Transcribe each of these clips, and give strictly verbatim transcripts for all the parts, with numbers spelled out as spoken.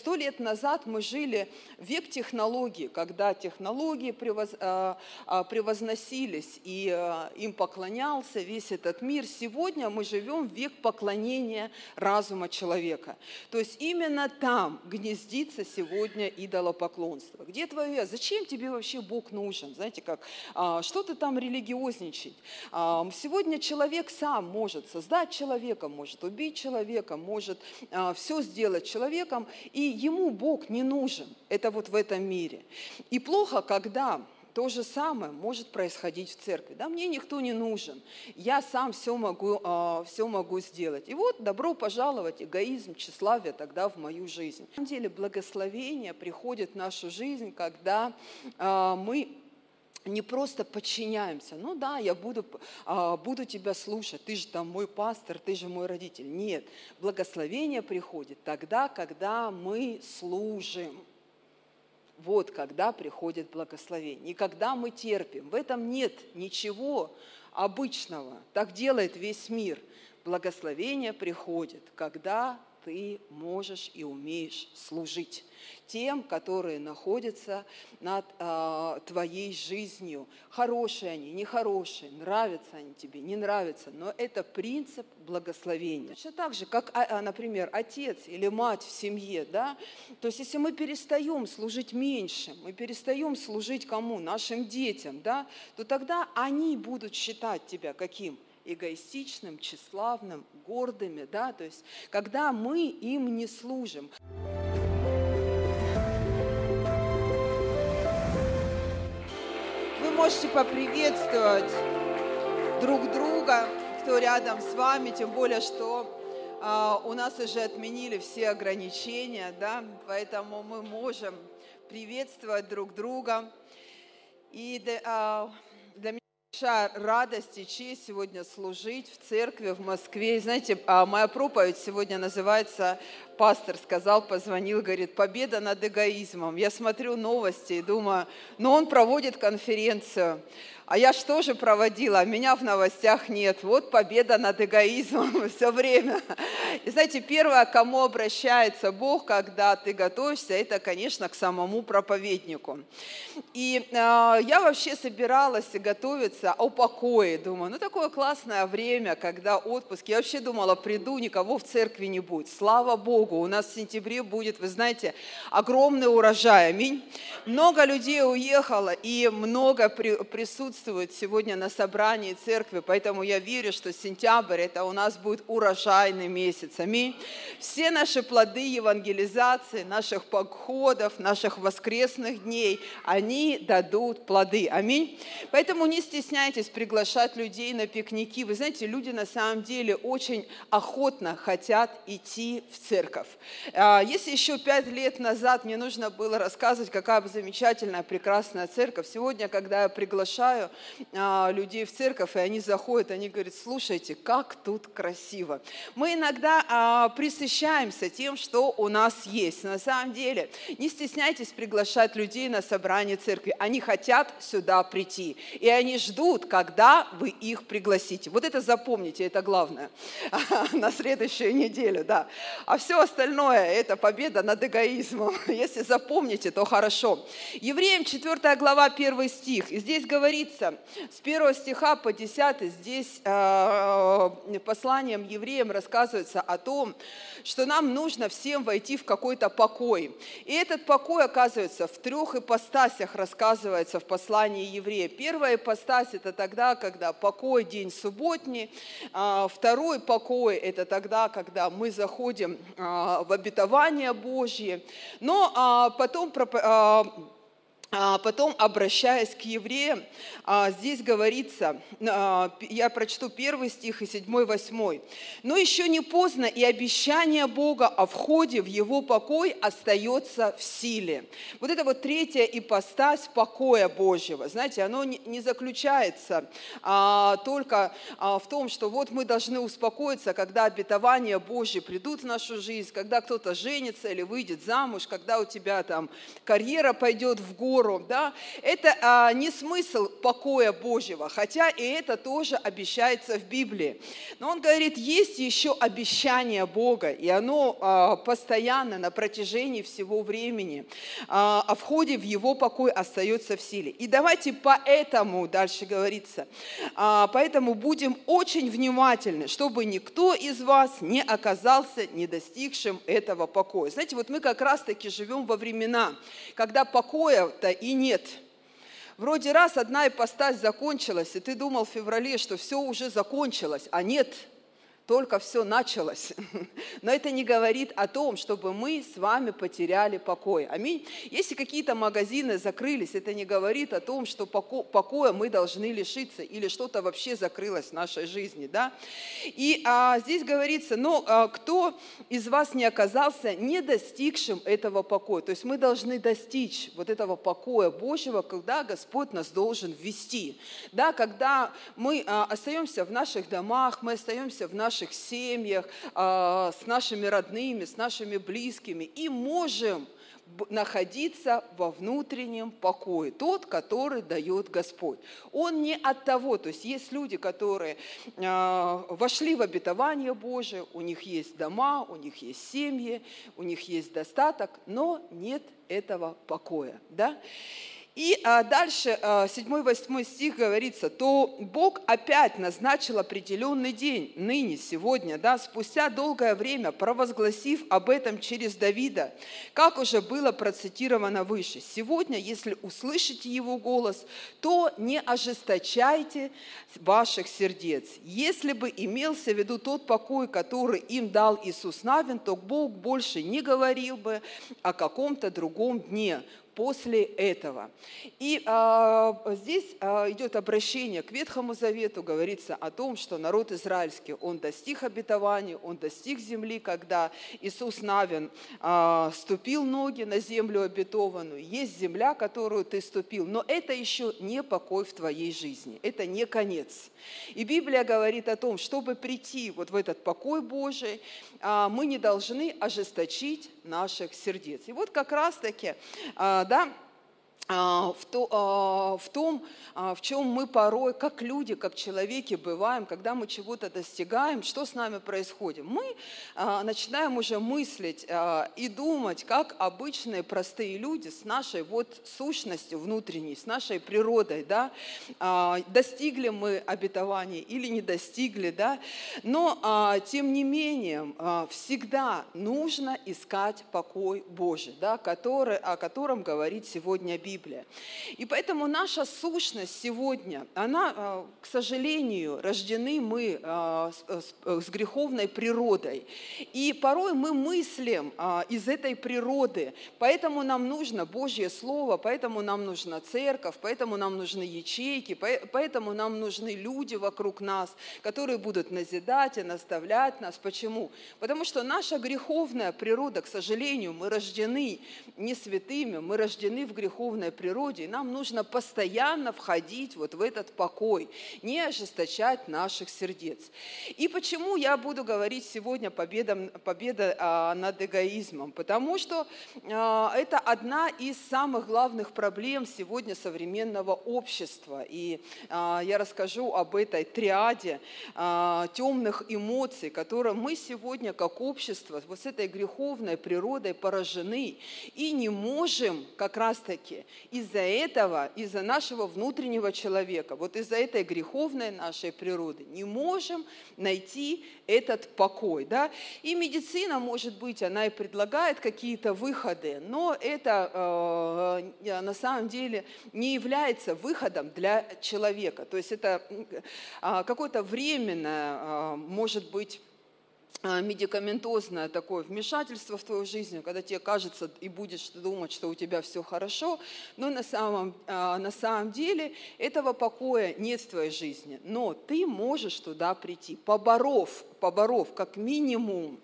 сто лет назад мы жили в век технологий, когда технологии превоз, а, а, превозносились, и а, им поклонялся весь этот мир. Сегодня мы живем в век поклонения разума человека. То есть именно там гнездится сегодня идолопоклонство. Где твое я? Зачем тебе вообще Бог нужен? Знаете, как, а, что ты там религиозничать? А, сегодня человек сам может создать человека, может убить человека, может а, все сделать человеком, и ему Бог не нужен. Это вот в этом мире. И плохо, когда то же самое может происходить в церкви. Да, мне никто не нужен, я сам все могу, а, все могу сделать. И вот добро пожаловать, эгоизм, тщеславие тогда в мою жизнь. На самом деле благословение приходит в нашу жизнь, когда а, мы не просто подчиняемся. Ну да, я буду, а, буду тебя слушать, ты же там мой пастор, ты же мой родитель. Нет, благословение приходит тогда, когда мы служим. Вот когда приходит благословение. И когда мы терпим. В этом нет ничего обычного. Так делает весь мир. Благословение приходит, когда ты можешь и умеешь служить тем, которые находятся над а, твоей жизнью. Хорошие они, нехорошие, нравятся они тебе, не нравятся, но это принцип благословения. Точно так же, как, а, например, отец или мать в семье, да? То есть если мы перестаем служить меньше, мы перестаем служить кому? Нашим детям, да? То тогда они будут считать тебя каким? Эгоистичным, тщеславным, гордыми, да, то есть когда мы им не служим. Вы можете поприветствовать друг друга, кто рядом с вами, тем более, что а, у нас уже отменили все ограничения, да, поэтому мы можем приветствовать друг друга. И а, для меня большая радость и честь сегодня служить в церкви в Москве. И знаете, моя проповедь сегодня называется, пастор сказал, позвонил, говорит, «Победа над эгоизмом». Я смотрю новости и думаю, ну он проводит конференцию, а я что же проводила, а меня в новостях нет. Вот победа над эгоизмом все время. И знаете, первое, к кому обращается Бог, когда ты готовишься, это, конечно, к самому проповеднику. И э, я вообще собиралась готовиться о покое. Думаю, ну такое классное время, когда отпуск. Я вообще думала, приду, никого в церкви не будет. Слава Богу, у нас в сентябре будет, вы знаете, огромный урожай. Аминь. Много людей уехало, и много при, присутствует сегодня на собрании церкви, поэтому я верю, что сентябрь это у нас будет урожайный месяц. Аминь. Все наши плоды евангелизации, наших походов, наших воскресных дней, они дадут плоды. Аминь. Поэтому не стесняйтесь приглашать людей на пикники. Вы знаете, люди на самом деле очень охотно хотят идти в церковь. Если еще пять лет назад мне нужно было рассказывать, какая замечательная, прекрасная церковь, сегодня, когда я приглашаю людей в церковь, и они заходят, они говорят, слушайте, как тут красиво. Мы иногда а, пресыщаемся тем, что у нас есть. На самом деле, не стесняйтесь приглашать людей на собрание церкви. Они хотят сюда прийти, и они ждут, когда вы их пригласите. Вот это запомните, это главное на следующую неделю, да. А все остальное – это победа над эгоизмом. Если запомните, то хорошо. Евреям четвёртая глава, первый стих. И здесь говорится, с первого стиха по десятый, здесь э, посланием евреям рассказывается о том, что нам нужно всем войти в какой-то покой. И этот покой, оказывается, в трех ипостасях рассказывается в послании еврея. Первая ипостась – это тогда, когда покой, день субботний. А, второй покой – это тогда, когда мы заходим а, в обетование Божье. Но а, потом... А, А потом, обращаясь к евреям, здесь говорится, я прочту первый стих и седьмой, восьмой. «Но еще не поздно, и обещание Бога о входе в Его покой остается в силе». Вот это вот третья ипостась покоя Божьего. Знаете, оно не заключается только в том, что вот мы должны успокоиться, когда обетования Божьи придут в нашу жизнь, когда кто-то женится или выйдет замуж, когда у тебя там карьера пойдет в гору, опору, да, это а, не смысл покоя Божьего, хотя и это тоже обещается в Библии. Но он говорит, есть еще обещание Бога, и оно а, постоянно на протяжении всего времени, а, а входе в Его покой остается в силе. И давайте поэтому, дальше говорится, а, поэтому будем очень внимательны, чтобы никто из вас не оказался не достигшим этого покоя. Знаете, вот мы как раз-таки живем во времена, когда покоя-то и нет. Вроде раз одна ипостась закончилась, и ты думал в феврале, что все уже закончилось, а нет, только все началось. Но это не говорит о том, чтобы мы с вами потеряли покой. Аминь. Если какие-то магазины закрылись, это не говорит о том, что покоя мы должны лишиться или что-то вообще закрылось в нашей жизни. Да? И а, здесь говорится, но а, кто из вас не оказался не достигшим этого покоя? То есть мы должны достичь вот этого покоя Божьего, когда Господь нас должен ввести. Да? Когда мы а, остаемся в наших домах, мы остаемся в наших наших семьях, с нашими родными, с нашими близкими и можем находиться во внутреннем покое, тот, который дает Господь. Он не от того, то есть есть люди, которые вошли в обетование Божие, у них есть дома, у них есть семьи, у них есть достаток, но нет этого покоя, да? И а, дальше, седьмой-восьмой стих говорится, то Бог опять назначил определенный день, ныне, сегодня, да, спустя долгое время, провозгласив об этом через Давида, как уже было процитировано выше. Сегодня, если услышите Его голос, то не ожесточайте ваших сердец. Если бы имелся в виду тот покой, который им дал Иисус Навин, то Бог больше не говорил бы о каком-то другом дне после этого. И а, здесь а, идет обращение к Ветхому Завету, говорится о том, что народ израильский, он достиг обетования, он достиг земли, когда Иисус Навин а, ступил ноги на землю обетованную. Есть земля, которую ты ступил, но это еще не покой в твоей жизни, это не конец. И Библия говорит о том, чтобы прийти вот в этот покой Божий, а, мы не должны ожесточить наших сердец. И вот как раз-таки, а, да, в, то, в том, в чем мы порой, как люди, как человеки бываем, когда мы чего-то достигаем, что с нами происходит? Мы начинаем уже мыслить и думать, как обычные простые люди с нашей вот сущностью внутренней, с нашей природой, да? Достигли мы обетования или не достигли, да? Но, тем не менее, всегда нужно искать покой Божий, да? Который, о котором говорит сегодня Библия. И поэтому наша сущность сегодня, она, к сожалению, рождены мы с греховной природой. И порой мы мыслим из этой природы. Поэтому нам нужно Божье Слово, поэтому нам нужна церковь, поэтому нам нужны ячейки, поэтому нам нужны люди вокруг нас, которые будут назидать и наставлять нас. Почему? Потому что наша греховная природа, к сожалению, мы рождены не святыми, мы рождены в греховной природе, и нам нужно постоянно входить вот в этот покой, не ожесточать наших сердец. И почему я буду говорить сегодня победа, победа а, над эгоизмом? Потому что а, это одна из самых главных проблем сегодня современного общества. И а, я расскажу об этой триаде а, темных эмоций, которым мы сегодня как общество вот с этой греховной природой поражены и не можем как раз-таки из-за этого, из-за нашего внутреннего человека, вот из-за этой греховной нашей природы не можем найти этот покой. Да? И медицина, может быть, она и предлагает какие-то выходы, но это э, на самом деле не является выходом для человека. То есть это э, какое-то временное, э, может быть, медикаментозное такое вмешательство в твою жизнь, когда тебе кажется и будешь думать, что у тебя все хорошо, но на самом, на самом деле этого покоя нет в твоей жизни. Но ты можешь туда прийти, поборов, поборов как минимум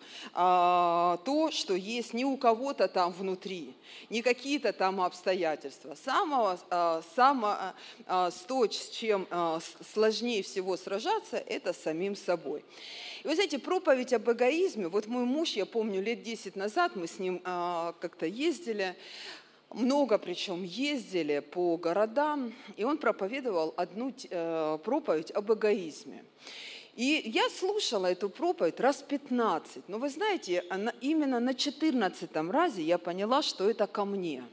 то, что есть не у кого-то там внутри, не какие-то там обстоятельства. Самого, само, то, с чем сложнее всего сражаться, это с самим собой. И вы знаете, проповедь об эгоизме, вот мой муж, я помню, лет десять назад мы с ним а, как-то ездили, много причем ездили по городам, и он проповедовал одну проповедь об эгоизме. И я слушала эту проповедь раз пятнадцать, но вы знаете, именно на четырнадцатом разе я поняла, что это ко мне.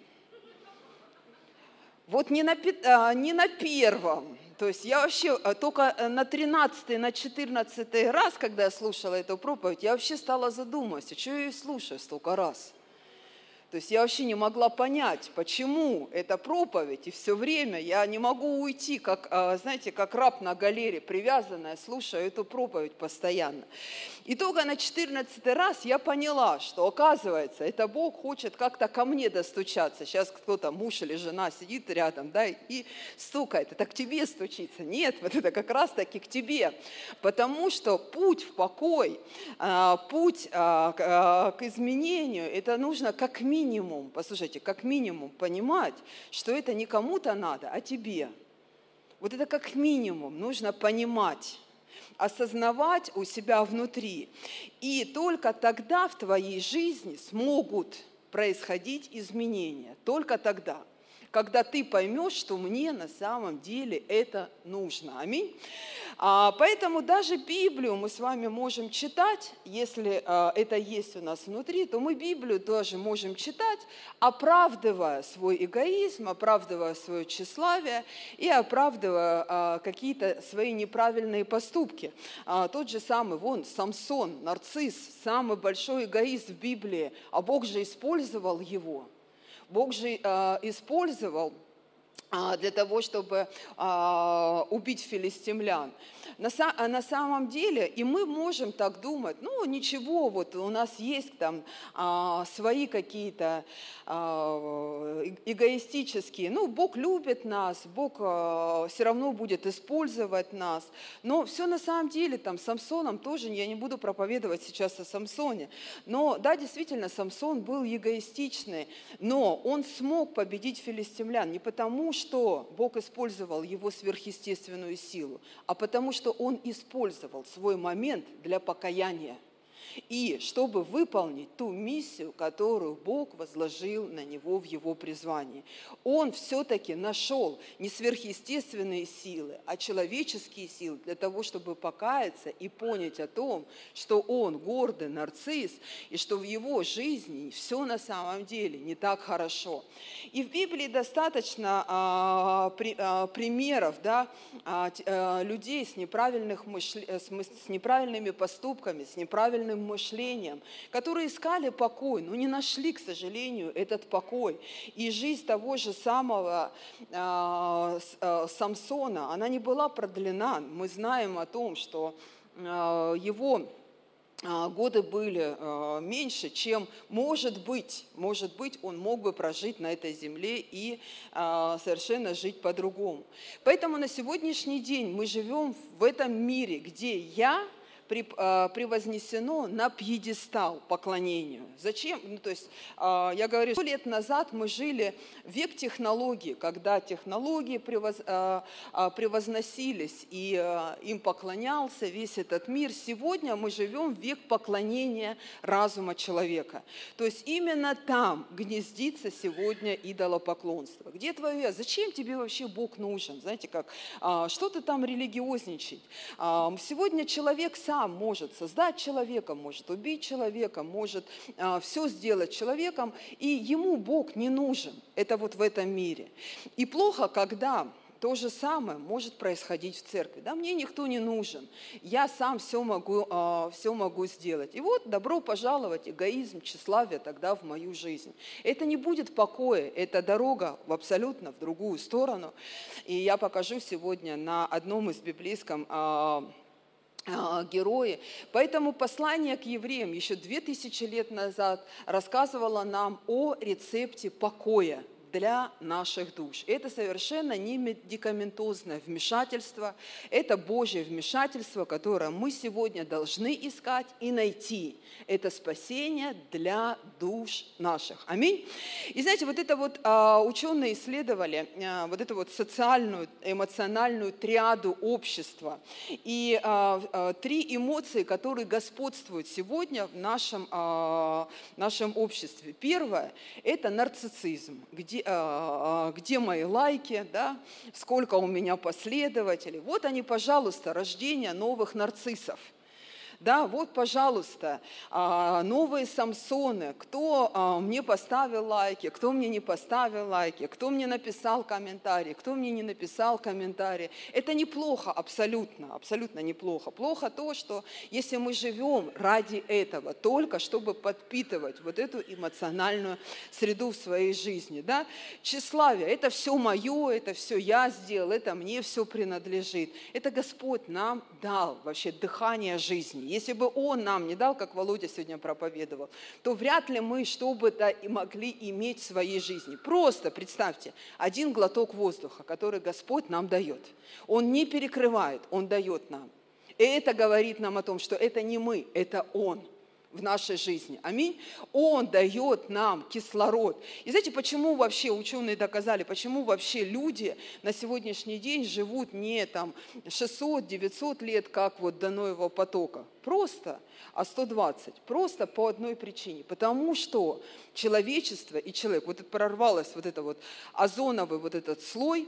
Вот не на, не на первом, то есть я вообще только на тринадцатый, на четырнадцатый раз, когда я слушала эту проповедь, я вообще стала задумываться, что я ее слушаю столько раз. То есть я вообще не могла понять, почему эта проповедь, и все время я не могу уйти, как, знаете, как раб на галере, привязанная, слушаю эту проповедь постоянно. И только на четырнадцатый раз я поняла, что, оказывается, это Бог хочет как-то ко мне достучаться. Сейчас кто-то, муж или жена, сидит рядом, да, и стукает. Это к тебе стучится. Нет, вот это как раз-таки к тебе. Потому что путь в покой, путь к изменению, это нужно как минимум, минимум, послушайте, как минимум понимать, что это не кому-то надо, а тебе. Вот это как минимум нужно понимать, осознавать у себя внутри. И только тогда в твоей жизни смогут происходить изменения. Только тогда, когда ты поймешь, что мне на самом деле это нужно. Аминь. А, поэтому даже Библию мы с вами можем читать, если а, это есть у нас внутри, то мы Библию тоже можем читать, оправдывая свой эгоизм, оправдывая свое тщеславие и оправдывая а, какие-то свои неправильные поступки. А, тот же самый, вон, Самсон, нарцисс, самый большой эгоист в Библии, а Бог же использовал его. Бог же а, использовал для того, чтобы а, убить филистимлян. На, на самом деле, и мы можем так думать, ну ничего, вот у нас есть там а, свои какие-то а, эгоистические, ну Бог любит нас, Бог а, все равно будет использовать нас, но все на самом деле, там, с Самсоном тоже, я не буду проповедовать сейчас о Самсоне, но да, действительно, Самсон был эгоистичный, но он смог победить филистимлян не потому, что Бог использовал его сверхъестественную силу, а потому что он использовал свой момент для покаяния. И чтобы выполнить ту миссию, которую Бог возложил на него в его призвании. Он все-таки нашел не сверхъестественные силы, а человеческие силы для того, чтобы покаяться и понять о том, что он гордый нарцисс, и что в его жизни все на самом деле не так хорошо. И в Библии достаточно а, при, а, примеров, да, а, а, людей с, неправильных мышле, с, с неправильными поступками, с неправильным мышлением, которые искали покой, но не нашли, к сожалению, этот покой. И жизнь того же самого э, э, Самсона, она не была продлена. Мы знаем о том, что э, его э, годы были э, меньше, чем, может быть, может быть, он мог бы прожить на этой земле и э, совершенно жить по-другому. Поэтому на сегодняшний день мы живем в этом мире, где я превознесено на пьедестал поклонению. Зачем? Ну, то есть, я говорю, сто лет назад мы жили в век технологий, когда технологии превоз, превозносились, и им поклонялся весь этот мир. Сегодня мы живем в век поклонения разума человека. То есть именно там гнездится сегодня идолопоклонство. Где твое я? Зачем тебе вообще Бог нужен? Знаете, как, что ты там религиозничать? Сегодня человек сам может создать человека, может убить человека, может а, все сделать человеком, и ему Бог не нужен. Это вот в этом мире. И плохо, когда то же самое может происходить в церкви. Да, мне никто не нужен, я сам все могу, а, все могу сделать. И вот добро пожаловать, эгоизм, тщеславие тогда в мою жизнь. Это не будет покоя, это дорога в абсолютно в другую сторону. И я покажу сегодня на одном из библейском а, герои. Поэтому послание к евреям еще две тысячи лет назад рассказывало нам о рецепте покоя для наших душ. Это совершенно не медикаментозное вмешательство, это Божье вмешательство, которое мы сегодня должны искать и найти. Это спасение для душ наших. Аминь. И знаете, вот это вот а, ученые исследовали а, вот эту вот социальную, эмоциональную триаду общества. И а, а, три эмоции, которые господствуют сегодня в нашем, а, нашем обществе. Первое – это нарциссизм. Где, а, где мои лайки, да? Сколько у меня последователей. Вот они, пожалуйста, рождение новых нарциссов. Да, вот, пожалуйста, новые Самсоны, кто мне поставил лайки, кто мне не поставил лайки, кто мне написал комментарий, кто мне не написал комментарий. Это неплохо, абсолютно, абсолютно неплохо. Плохо то, что если мы живем ради этого, только чтобы подпитывать вот эту эмоциональную среду в своей жизни. Да? Тщеславие – это все мое, это все я сделал, это мне все принадлежит. Это Господь нам дал вообще дыхание жизни. Если бы Он нам не дал, как Володя сегодня проповедовал, то вряд ли мы что-бы-то и могли иметь в своей жизни. Просто представьте, один глоток воздуха, который Господь нам дает. Он не перекрывает, Он дает нам. И это говорит нам о том, что это не мы, это Он в нашей жизни. Аминь. Он дает нам кислород. И знаете, почему вообще ученые доказали, почему вообще люди на сегодняшний день живут не там шестьсот-девятьсот лет, как вот до Ноева потока? Просто, а сто двадцать. Просто по одной причине. Потому что человечество и человек, вот это прорвалось вот это вот озоновый вот этот слой,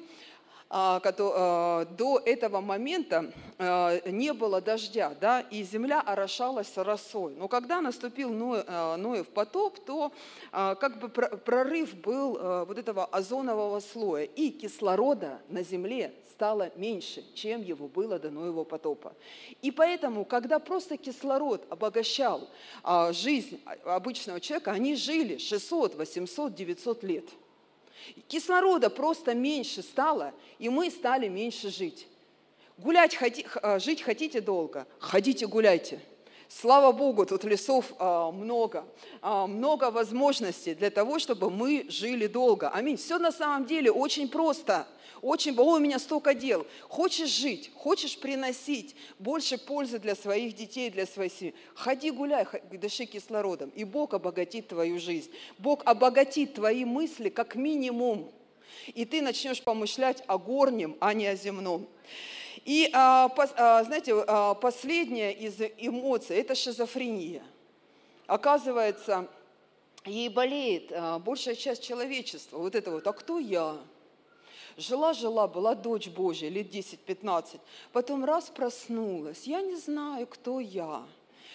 до этого момента не было дождя, да, и земля орошалась росой. Но когда наступил Ноев потоп, то как бы прорыв был вот этого озонового слоя, и кислорода на земле стало меньше, чем его было до Ноева потопа. И поэтому, когда просто кислород обогащал жизнь обычного человека, они жили шестьсот, восемьсот, девятьсот лет. Кислорода просто меньше стало, и мы стали меньше жить. Гулять, хоти, жить хотите долго? Ходите, гуляйте. Слава Богу, тут лесов а, много, а, много возможностей для того, чтобы мы жили долго. Аминь. Все на самом деле очень просто. Очень, о, у меня столько дел. Хочешь жить, хочешь приносить больше пользы для своих детей, для своей семьи. Ходи гуляй, дыши кислородом, и Бог обогатит твою жизнь. Бог обогатит твои мысли как минимум. И ты начнешь помышлять о горнем, а не о земном. И, а, пос, а, знаете, а, последняя из эмоций – это шизофрения. Оказывается, ей болеет а, большая часть человечества. Вот это вот, а кто я? Жила-жила, была дочь Божья, лет десять-пятнадцать. Потом раз проснулась, я не знаю, кто я.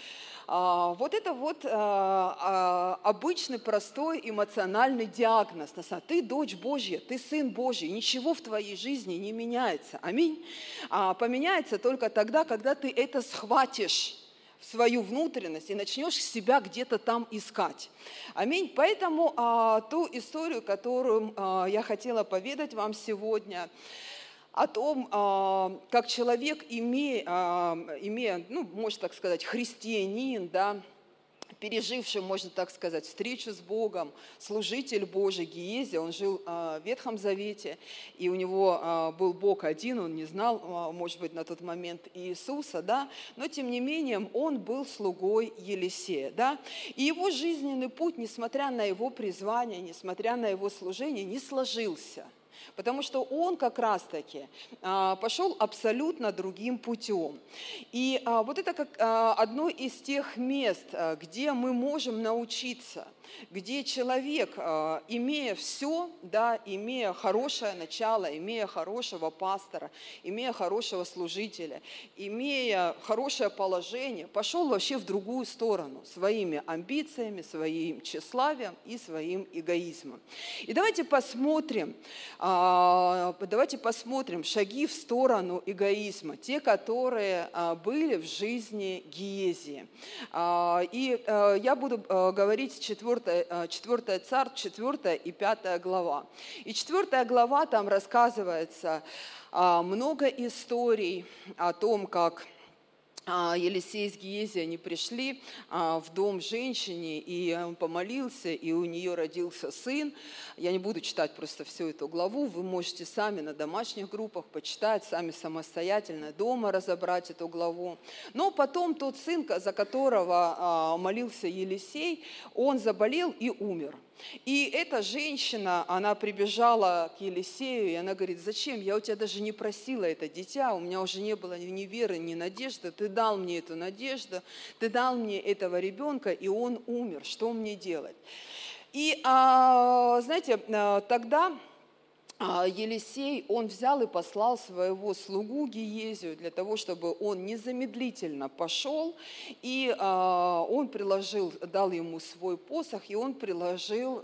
А, вот это вот а, а, обычный простой эмоциональный диагноз. Ты дочь Божья, ты сын Божий, ничего в твоей жизни не меняется. Аминь. А, поменяется только тогда, когда ты это схватишь в свою внутренность и начнешь себя где-то там искать. Аминь. Поэтому а, ту историю, которую а, я хотела поведать вам сегодня, о том, а, как человек, имея, а, имея, ну, можно так сказать, христианин, да, переживший, можно так сказать, встречу с Богом, служитель Божий Гиези, он жил а, в Ветхом Завете, и у него а, был Бог один, он не знал, а, может быть, на тот момент Иисуса, да, но тем не менее он был слугой Елисея, да, и его жизненный путь, несмотря на его призвание, несмотря на его служение, не сложился. Потому что он как раз-таки а, пошел абсолютно другим путем. И а, вот это как а, одно из тех мест, а, где мы можем научиться, где человек, а, имея все, да, имея хорошее начало, имея хорошего пастора, имея хорошего служителя, имея хорошее положение, пошел вообще в другую сторону своими амбициями, своим тщеславием и своим эгоизмом. И давайте посмотрим, Давайте посмотрим шаги в сторону эгоизма, те, которые были в жизни Гиези. И я буду говорить четвёртая Царств, четвёртая и пятая глава. И четвёртая глава, там рассказывается много историй о том, как Елисей с Гиезией, они пришли в дом женщине, и он помолился, и у нее родился сын. Я не буду читать просто всю эту главу, вы можете сами на домашних группах почитать, сами самостоятельно дома разобрать эту главу. Но потом тот сын, за которого молился Елисей, он заболел и умер. И эта женщина, она прибежала к Елисею, и она говорит: зачем? Я у тебя даже не просила это дитя, у меня уже не было ни веры, ни надежды. Ты дал мне эту надежду, ты дал мне этого ребенка, и он умер. Что мне делать? И, знаете, тогда Елисей, он взял и послал своего слугу Гиезию для того, чтобы он незамедлительно пошел, и он приложил, дал ему свой посох, и он приложил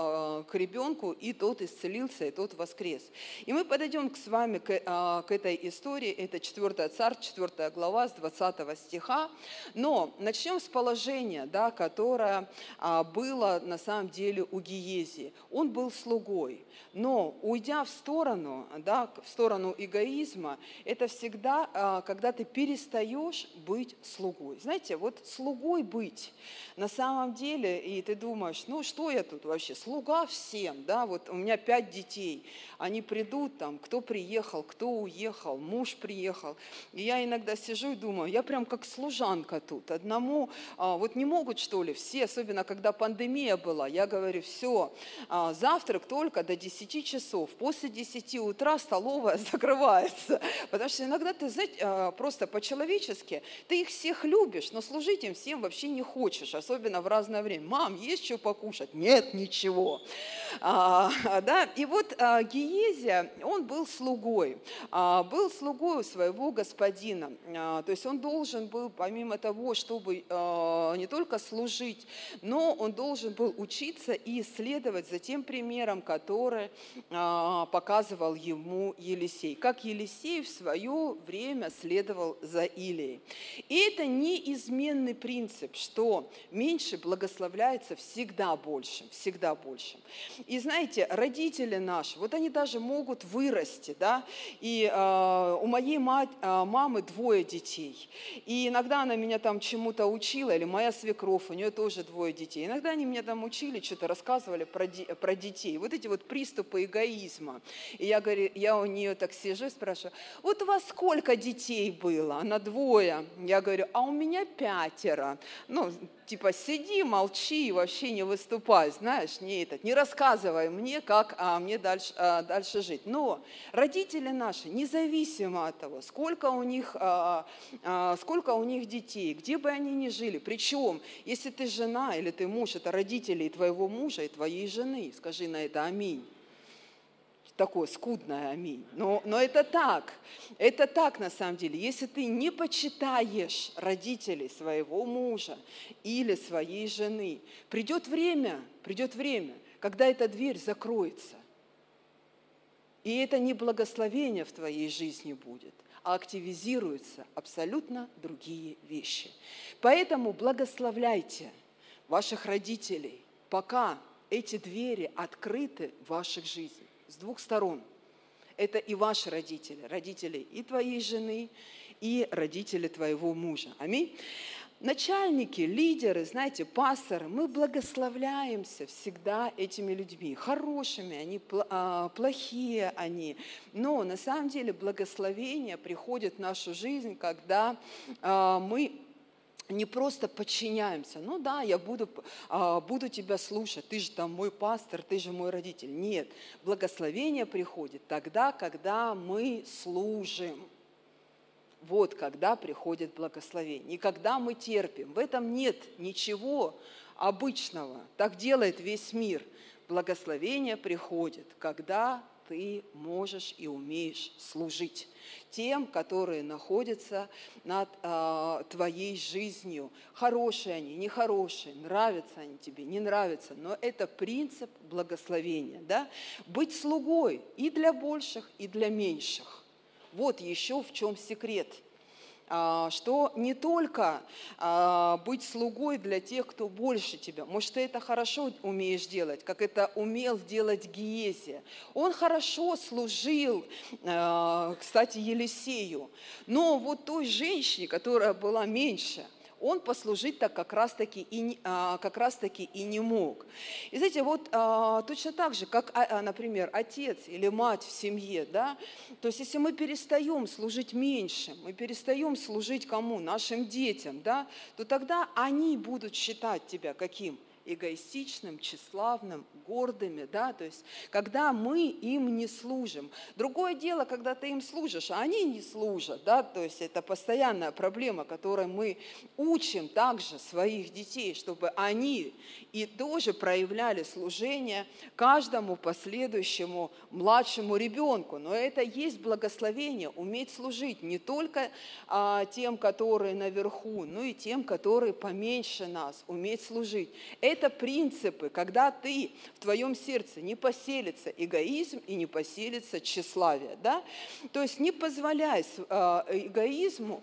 к ребенку, и тот исцелился, и тот воскрес. И мы подойдем с вами к, к этой истории, это четвёртое Царств, четвёртая глава, с двадцатого стиха, но начнем с положения, да, которое было на самом деле у Гиезии. Он был слугой, но уйдя в сторону, да, в сторону эгоизма, это всегда, когда ты перестаешь быть слугой. Знаете, вот слугой быть на самом деле, и ты думаешь, ну что я тут вообще, слуга всем, да, вот у меня пять детей, они придут там, кто приехал, кто уехал, муж приехал, и я иногда сижу и думаю, я прям как служанка тут, одному, вот не могут что ли все, особенно когда пандемия была, я говорю, все, завтрак только до десяти часов, после десяти утра столовая закрывается. Потому что иногда ты, знаете, просто по-человечески, ты их всех любишь, но служить им всем вообще не хочешь, особенно в разное время. Мам, есть что покушать? Нет, ничего. А, да? И вот а, Гиезия, он был слугой, а, был слугой у своего господина. А, то есть он должен был, помимо того, чтобы а, не только служить, но он должен был учиться и исследовать за тем примером, который а, показывал ему Елисей, как Елисей в свое время следовал за Илией. И это неизменный принцип, что меньше благословляется всегда большим, всегда большим. И знаете, родители наши, вот они даже могут вырасти, да, и э, у моей мать, э, мамы двое детей, и иногда она меня там чему-то учила, или моя свекровь, у нее тоже двое детей, иногда они меня там учили, что-то рассказывали про, про детей, вот эти вот приступы эгоизма. И я говорю, я у нее так сижу и спрашиваю, вот у вас сколько детей было? Она двое. Я говорю, а у меня пятеро. Ну, типа, сиди, молчи, вообще не выступай, знаешь, не, этот, не рассказывай мне, как а, мне дальше, а, дальше жить. Но родители наши, независимо от того, сколько у них, а, а, сколько у них детей, где бы они ни жили, причем, если ты жена или ты муж, это родители твоего мужа и твоей жены, скажи на это аминь. Такое скудное аминь. Но, но это так. Это так на самом деле. Если ты не почитаешь родителей своего мужа или своей жены, придет время, придет время, когда эта дверь закроется. И это не благословение в твоей жизни будет, а активизируются абсолютно другие вещи. Поэтому благословляйте ваших родителей, пока эти двери открыты в ваших жизнях. С двух сторон. Это и ваши родители, родители и твоей жены, и родители твоего мужа. Аминь. Начальники, лидеры, знаете, пасторы, мы благословляемся всегда этими людьми. Хорошими они, плохие они. Но на самом деле благословение приходит в нашу жизнь, когда мы не просто подчиняемся. Ну да, я буду, буду тебя слушать, ты же там мой пастор, ты же мой родитель. Нет, благословение приходит тогда, когда мы служим. Вот когда приходит благословение. И когда мы терпим. В этом нет ничего обычного. Так делает весь мир. Благословение приходит, когда ты можешь и умеешь служить тем, которые находятся над э, твоей жизнью. Хорошие они, нехорошие, нравятся они тебе, не нравятся, но это принцип благословения. Да? Быть слугой и для больших, и для меньших. Вот еще в чем секрет. что не только быть слугой для тех, кто больше тебя. Может, ты это хорошо умеешь делать, как это умел делать Гиези. Он хорошо служил, кстати, Елисею. Но вот той женщине, которая была меньше, он послужить так как раз-таки и, как раз-таки и не мог. И знаете, вот точно так же, как, например, отец или мать в семье, да, то есть если мы перестаем служить меньше, мы перестаем служить кому? Нашим детям, да, то тогда они будут считать тебя каким? Эгоистичным, тщеславным, гордыми, да, то есть когда мы им не служим. Другое дело, когда ты им служишь, а они не служат, да, то есть это постоянная проблема, которой мы учим также своих детей, чтобы они и тоже проявляли служение каждому последующему младшему ребенку. Но это есть благословение, уметь служить не только а, тем, которые наверху, но и тем, которые поменьше нас, уметь служить. Это принципы, когда ты, в твоем сердце не поселится эгоизм и не поселится тщеславие. Да? То есть не позволяй эгоизму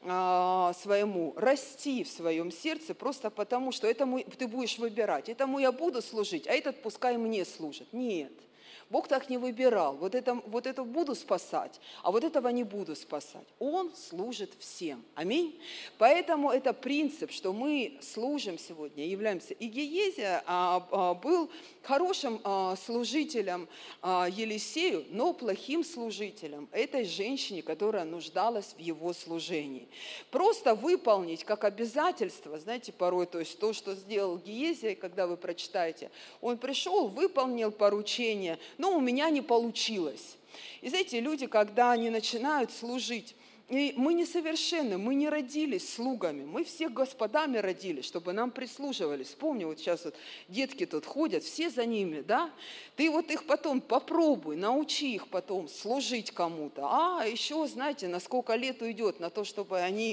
своему расти в своем сердце просто потому, что этому ты будешь выбирать. Этому я буду служить, а этот пускай мне служит. Нет. Бог так не выбирал. Вот это, вот это буду спасать, а вот этого не буду спасать. Он служит всем. Аминь. Поэтому это принцип, что мы служим сегодня, являемся. И Гиези а, а, был хорошим а, служителем а, Елисею, но плохим служителем этой женщине, которая нуждалась в его служении. Просто выполнить как обязательство, знаете, порой, то есть то, что сделал Гиези, когда вы прочитаете, он пришел, выполнил поручение, но у меня не получилось. И знаете, люди, когда они начинают служить, и мы несовершенны, мы не родились слугами, мы все господами родились, чтобы нам прислуживались. Вспомни, вот сейчас вот детки тут ходят, все за ними, да? Ты вот их потом попробуй, научи их потом служить кому-то. А еще, знаете, на сколько лет уйдет на то, чтобы они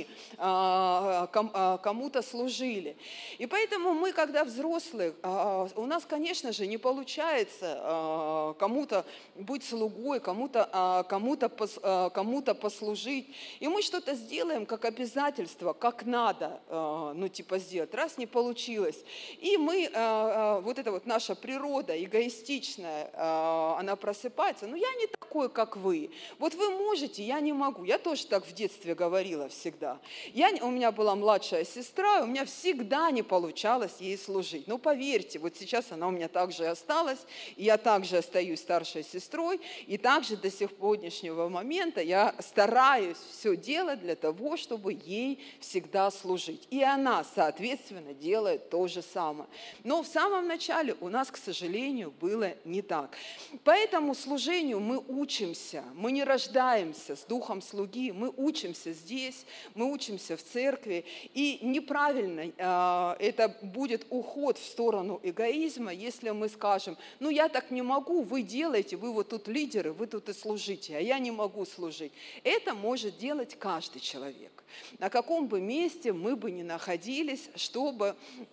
а, ком, а, кому-то служили. И поэтому мы, когда взрослые, а, у нас, конечно же, не получается а, кому-то быть слугой, кому-то, а, кому-то, пос, а, кому-то послужить. И мы что-то сделаем как обязательство, как надо, ну типа сделать, раз не получилось. И мы, вот эта вот наша природа эгоистичная, она просыпается, но я не такой, как вы. Вот вы можете, я не могу. Я тоже так в детстве говорила всегда. Я, у меня была младшая сестра, и у меня всегда не получалось ей служить. Но поверьте, вот сейчас она у меня также и осталась, и я также остаюсь старшей сестрой, и также до сегодняшнего момента я стараюсь все делать для того, чтобы ей всегда служить. И она, соответственно, делает то же самое. Но в самом начале у нас, к сожалению, было не так. Поэтому служению мы учимся, мы не рождаемся с духом слуги, мы учимся здесь, мы учимся в церкви. И неправильно э, это будет уход в сторону эгоизма, если мы скажем, ну я так не могу, вы делаете, вы вот тут лидеры, вы тут и служите, а я не могу служить. Это может делать делать каждый человек. На каком бы месте мы бы ни находились, чтобы,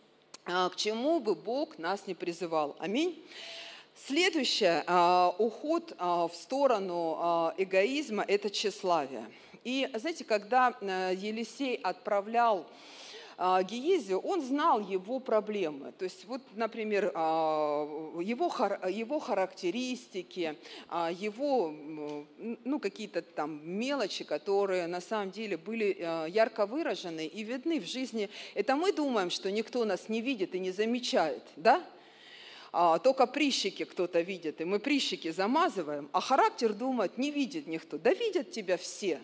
к чему бы Бог нас не призывал. Аминь. Следующее, уход в сторону эгоизма – это тщеславие. И знаете, когда Елисей отправлял Гиези, он знал его проблемы. То есть, вот, например, его, его характеристики, его ну, какие-то там мелочи, которые на самом деле были ярко выражены и видны в жизни. Это мы думаем, что никто нас не видит и не замечает, да? Только прыщики кто-то видит, и мы прыщики замазываем, а характер думает, не видит никто. Да видят тебя все.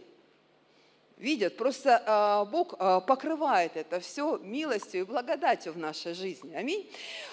Видят, просто а, Бог а, покрывает это все милостью и благодатью в нашей жизни. Аминь.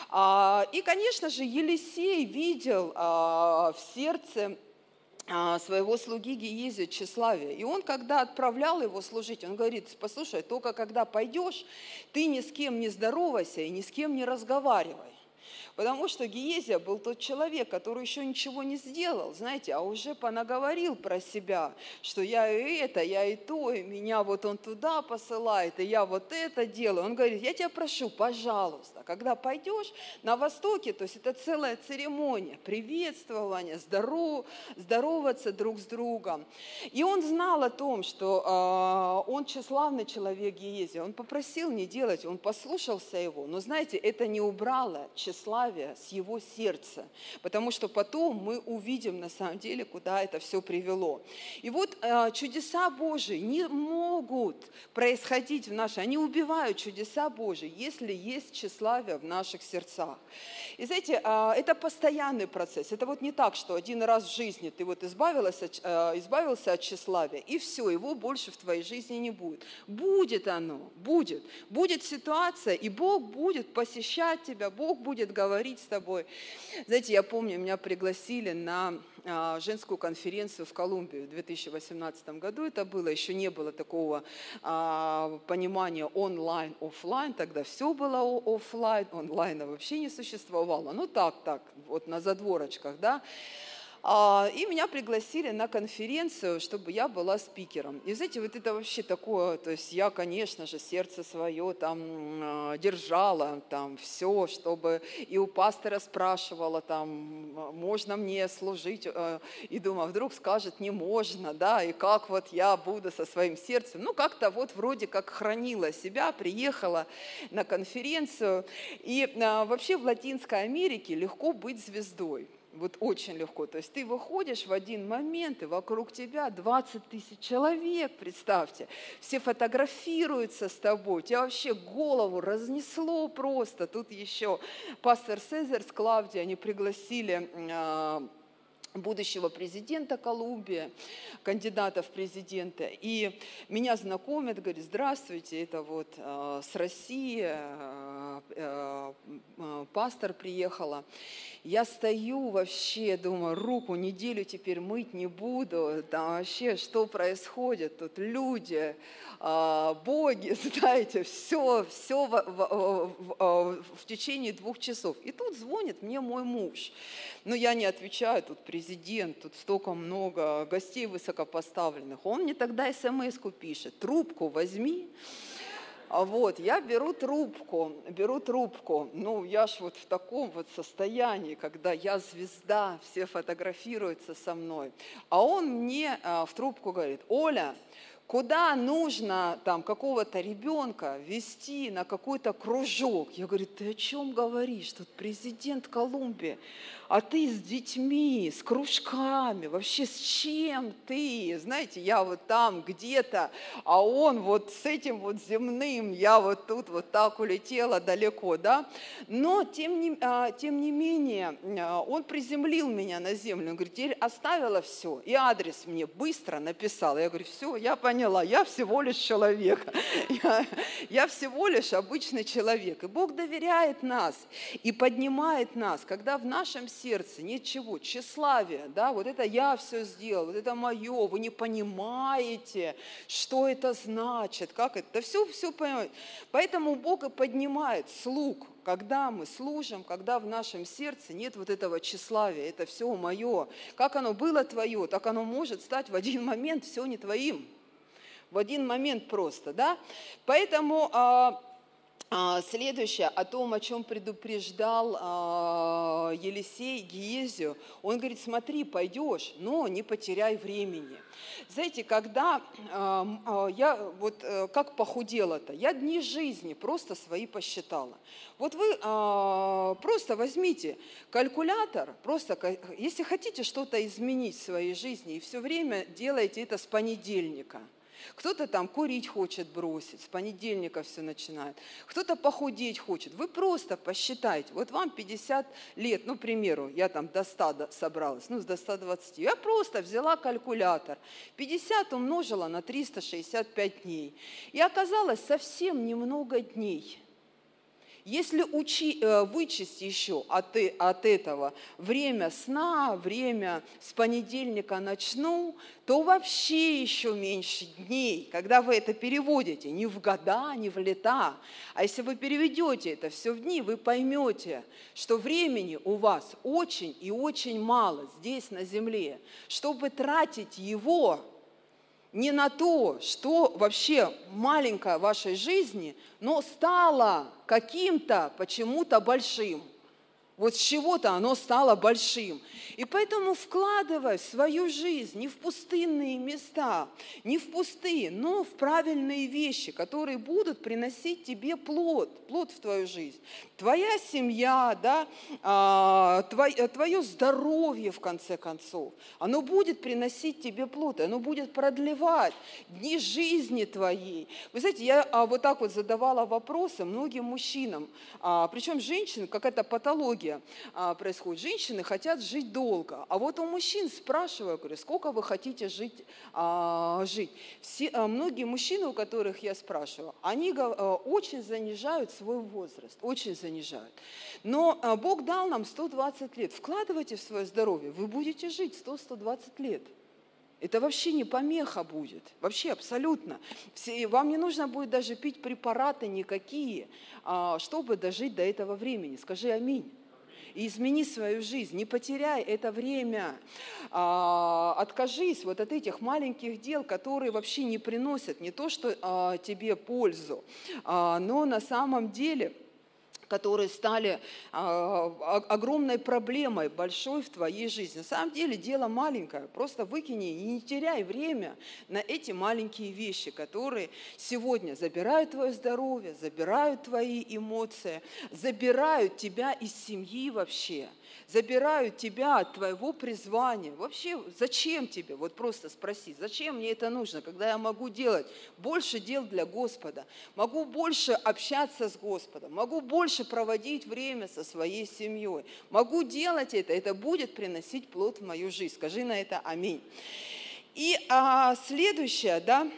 А, и, конечно же, Елисей видел а, в сердце а, своего слуги Гиези тщеславие. И он, когда отправлял его служить, он говорит, послушай, только когда пойдешь, ты ни с кем не здоровайся и ни с кем не разговаривай. Потому что Гиезия был тот человек, который еще ничего не сделал, знаете, а уже понаговорил про себя, что я и это, я и то, и меня вот он туда посылает, и я вот это делаю. Он говорит, я тебя прошу, пожалуйста, когда пойдешь на Востоке, то есть это целая церемония, приветствование, здоров, здороваться друг с другом. И он знал о том, что э, он тщеславный человек Гиезия, он попросил не делать, он послушался его, но знаете, это не убрало тщеславие с его сердца, потому что потом мы увидим на самом деле, куда это все привело. И вот э, чудеса Божии не могут происходить в нашей, они убивают чудеса Божии, если есть тщеславие в наших сердцах. И знаете, э, это постоянный процесс, это вот не так, что один раз в жизни ты вот избавилась от, э, избавился от тщеславия, и все, его больше в твоей жизни не будет. Будет оно, будет. Будет ситуация, и Бог будет посещать тебя, Бог будет говорить с тобой. Знаете, я помню, меня пригласили на а, женскую конференцию в Колумбию в две тысячи восемнадцатом году. Это было, еще не было такого а, понимания онлайн, офлайн. Тогда все было офлайн, онлайна вообще не существовало. Ну так, так, вот на задворочках, да. И меня пригласили на конференцию, чтобы я была спикером. И знаете, вот это вообще такое, то есть я, конечно же, сердце свое там держала, там все, чтобы и у пастора спрашивала, там, можно мне служить, и думаю, вдруг скажет, не можно, да, и как вот я буду со своим сердцем. Ну, как-то вот вроде как хранила себя, приехала на конференцию. И вообще в Латинской Америке легко быть звездой. Вот очень легко. То есть ты выходишь в один момент, и вокруг тебя двадцать тысяч человек, представьте. Все фотографируются с тобой. Тебя вообще голову разнесло просто. Тут еще пастор Сезар с Клавдией, они пригласили будущего президента Колумбии, кандидата в президенты. И меня знакомят, говорят, здравствуйте, это вот э, с России э, э, э, пастор приехала. Я стою вообще, думаю, руку неделю теперь мыть не буду. Там вообще что происходит? Тут люди, э, боги, знаете, все, все в, в, в, в течение двух часов. И тут звонит мне мой муж. Но я не отвечаю, тут президент, тут столько много гостей высокопоставленных. Он мне тогда смс-ку пишет, трубку возьми. А вот, я беру трубку, беру трубку. Ну, я ж вот в таком вот состоянии, когда я звезда, все фотографируются со мной. А он мне а, в трубку говорит, Оля, куда нужно там какого-то ребенка вести на какой-то кружок? Я говорю, ты о чем говоришь? Тут президент Колумбии, а ты с детьми, с кружками, вообще с чем ты? Знаете, я вот там где-то, а он вот с этим вот земным, я вот тут вот так улетела далеко, да? Но тем не, тем не менее, он приземлил меня на землю, он говорит, теперь оставила все, и адрес мне быстро написала. Я говорю, все, я поняла, я всего лишь человек, я, я всего лишь обычный человек. И Бог доверяет нас и поднимает нас, когда в нашем сердце нет чего, тщеславия, да, вот это я все сделал, вот это мое, вы не понимаете, что это значит, как это, да все, все понимаете. Поэтому Бог и поднимает слуг, когда мы служим, когда в нашем сердце нет вот этого тщеславия, это все мое. Как оно было твое, так оно может стать в один момент все не твоим. В один момент просто, да. Поэтому а, а, следующее, о том, о чем предупреждал а, Елисей Гиезию, он говорит, смотри, пойдешь, но не потеряй времени. Знаете, когда а, а, я, вот а, как похудела-то, я дни жизни просто свои посчитала. Вот вы а, просто возьмите калькулятор, просто, если хотите что-то изменить в своей жизни, и все время делайте это с понедельника. Кто-то там курить хочет бросить, с понедельника все начинает. Кто-то похудеть хочет. Вы просто посчитайте. Вот вам пятьдесят лет, ну, к примеру, я там до ста собралась, ну, до ста двадцати. Я просто взяла калькулятор. пятьдесят умножила на триста шестьдесят пять дней. И оказалось совсем немного дней. Если учи, э, вычесть еще от, э- от этого время сна, время с понедельника начну, то вообще еще меньше дней, когда вы это переводите, не в года, не в лета. А если вы переведете это все в дни, вы поймете, что времени у вас очень и очень мало здесь на земле, чтобы тратить его не на то, что вообще маленькое в вашей жизни, но стало каким-то почему-то большим. Вот с чего-то оно стало большим. И поэтому вкладывай в свою жизнь не в пустынные места, не в пустые, но в правильные вещи, которые будут приносить тебе плод, плод в твою жизнь. Твоя семья, да, а, твое, твое здоровье, в конце концов, оно будет приносить тебе плод, оно будет продлевать дни жизни твоей. Вы знаете, я а, вот так вот задавала вопросы многим мужчинам, а, причем женщин, какая-то патология происходит. Женщины хотят жить долго. А вот у мужчин спрашиваю, говорю, сколько вы хотите жить? А, жить? Все, а, многие мужчины, у которых я спрашиваю, они а, очень занижают свой возраст, очень занижают. Но а, Бог дал нам сто двадцать лет. Вкладывайте в свое здоровье, вы будете жить сто - сто двадцать лет. Это вообще не помеха будет, вообще абсолютно. Все, вам не нужно будет даже пить препараты никакие, а, чтобы дожить до этого времени. Скажи аминь. И измени свою жизнь, не потеряй это время. А, откажись вот от этих маленьких дел, которые вообще не приносят не то, что а, тебе пользу, а, но на самом деле которые стали а, огромной проблемой, большой в твоей жизни. На самом деле дело маленькое, просто выкини и не теряй время на эти маленькие вещи, которые сегодня забирают твое здоровье, забирают твои эмоции, забирают тебя из семьи вообще, забирают тебя от твоего призвания. Вообще, зачем тебе? Вот просто спроси, зачем мне это нужно, когда я могу делать больше дел для Господа, могу больше общаться с Господом, могу больше проводить время со своей семьей. Могу делать это, это будет приносить плод в мою жизнь. Скажи на это аминь. И а, следующее, да,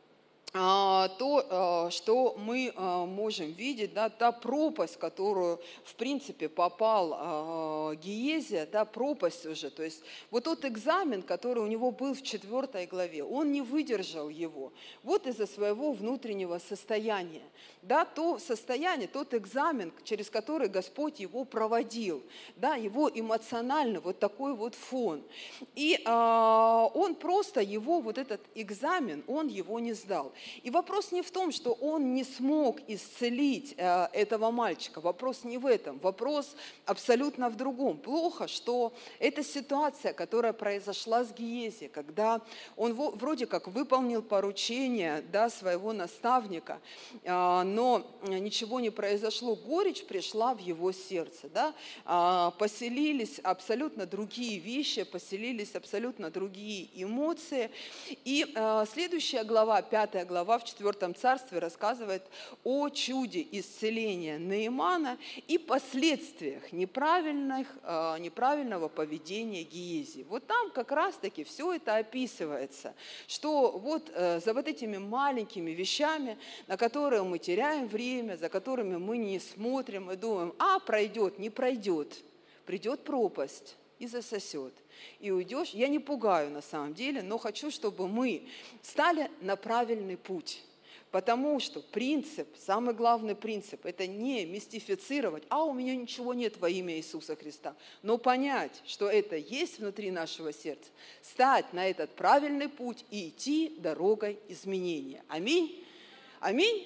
а, то, а, что мы а, можем видеть, да, та пропасть, в которую, в принципе, попал а, Гиезия, да, пропасть уже. То есть вот тот экзамен, который у него был в четвертой главе, он не выдержал его. Вот из-за своего внутреннего состояния. Да, то состояние, тот экзамен, через который Господь его проводил, да, его эмоционально вот такой вот фон. И а, он просто его, вот этот экзамен, он его не сдал. И вопрос не в том, что он не смог исцелить а, этого мальчика, вопрос не в этом, вопрос абсолютно в другом. Плохо, что эта ситуация, которая произошла с Гиезией, когда он вроде как выполнил поручение, да, своего наставника, а, но ничего не произошло, горечь пришла в его сердце, да? Поселились абсолютно другие вещи, поселились абсолютно другие эмоции. И следующая глава, пятая глава в четвертом царстве рассказывает о чуде исцеления Наамана и последствиях неправильных, неправильного поведения Гиезии. Вот там как раз-таки все это описывается, что вот за вот этими маленькими вещами, на которые мы теряем время, за которыми мы не смотрим и думаем, а пройдет, не пройдет, придет пропасть и засосет. И уйдешь. Я не пугаю на самом деле, но хочу, чтобы мы стали на правильный путь. Потому что принцип, самый главный принцип, это не мистифицировать, а у меня ничего нет во имя Иисуса Христа, но понять, что это есть внутри нашего сердца, стать на этот правильный путь и идти дорогой изменения. Аминь. Аминь.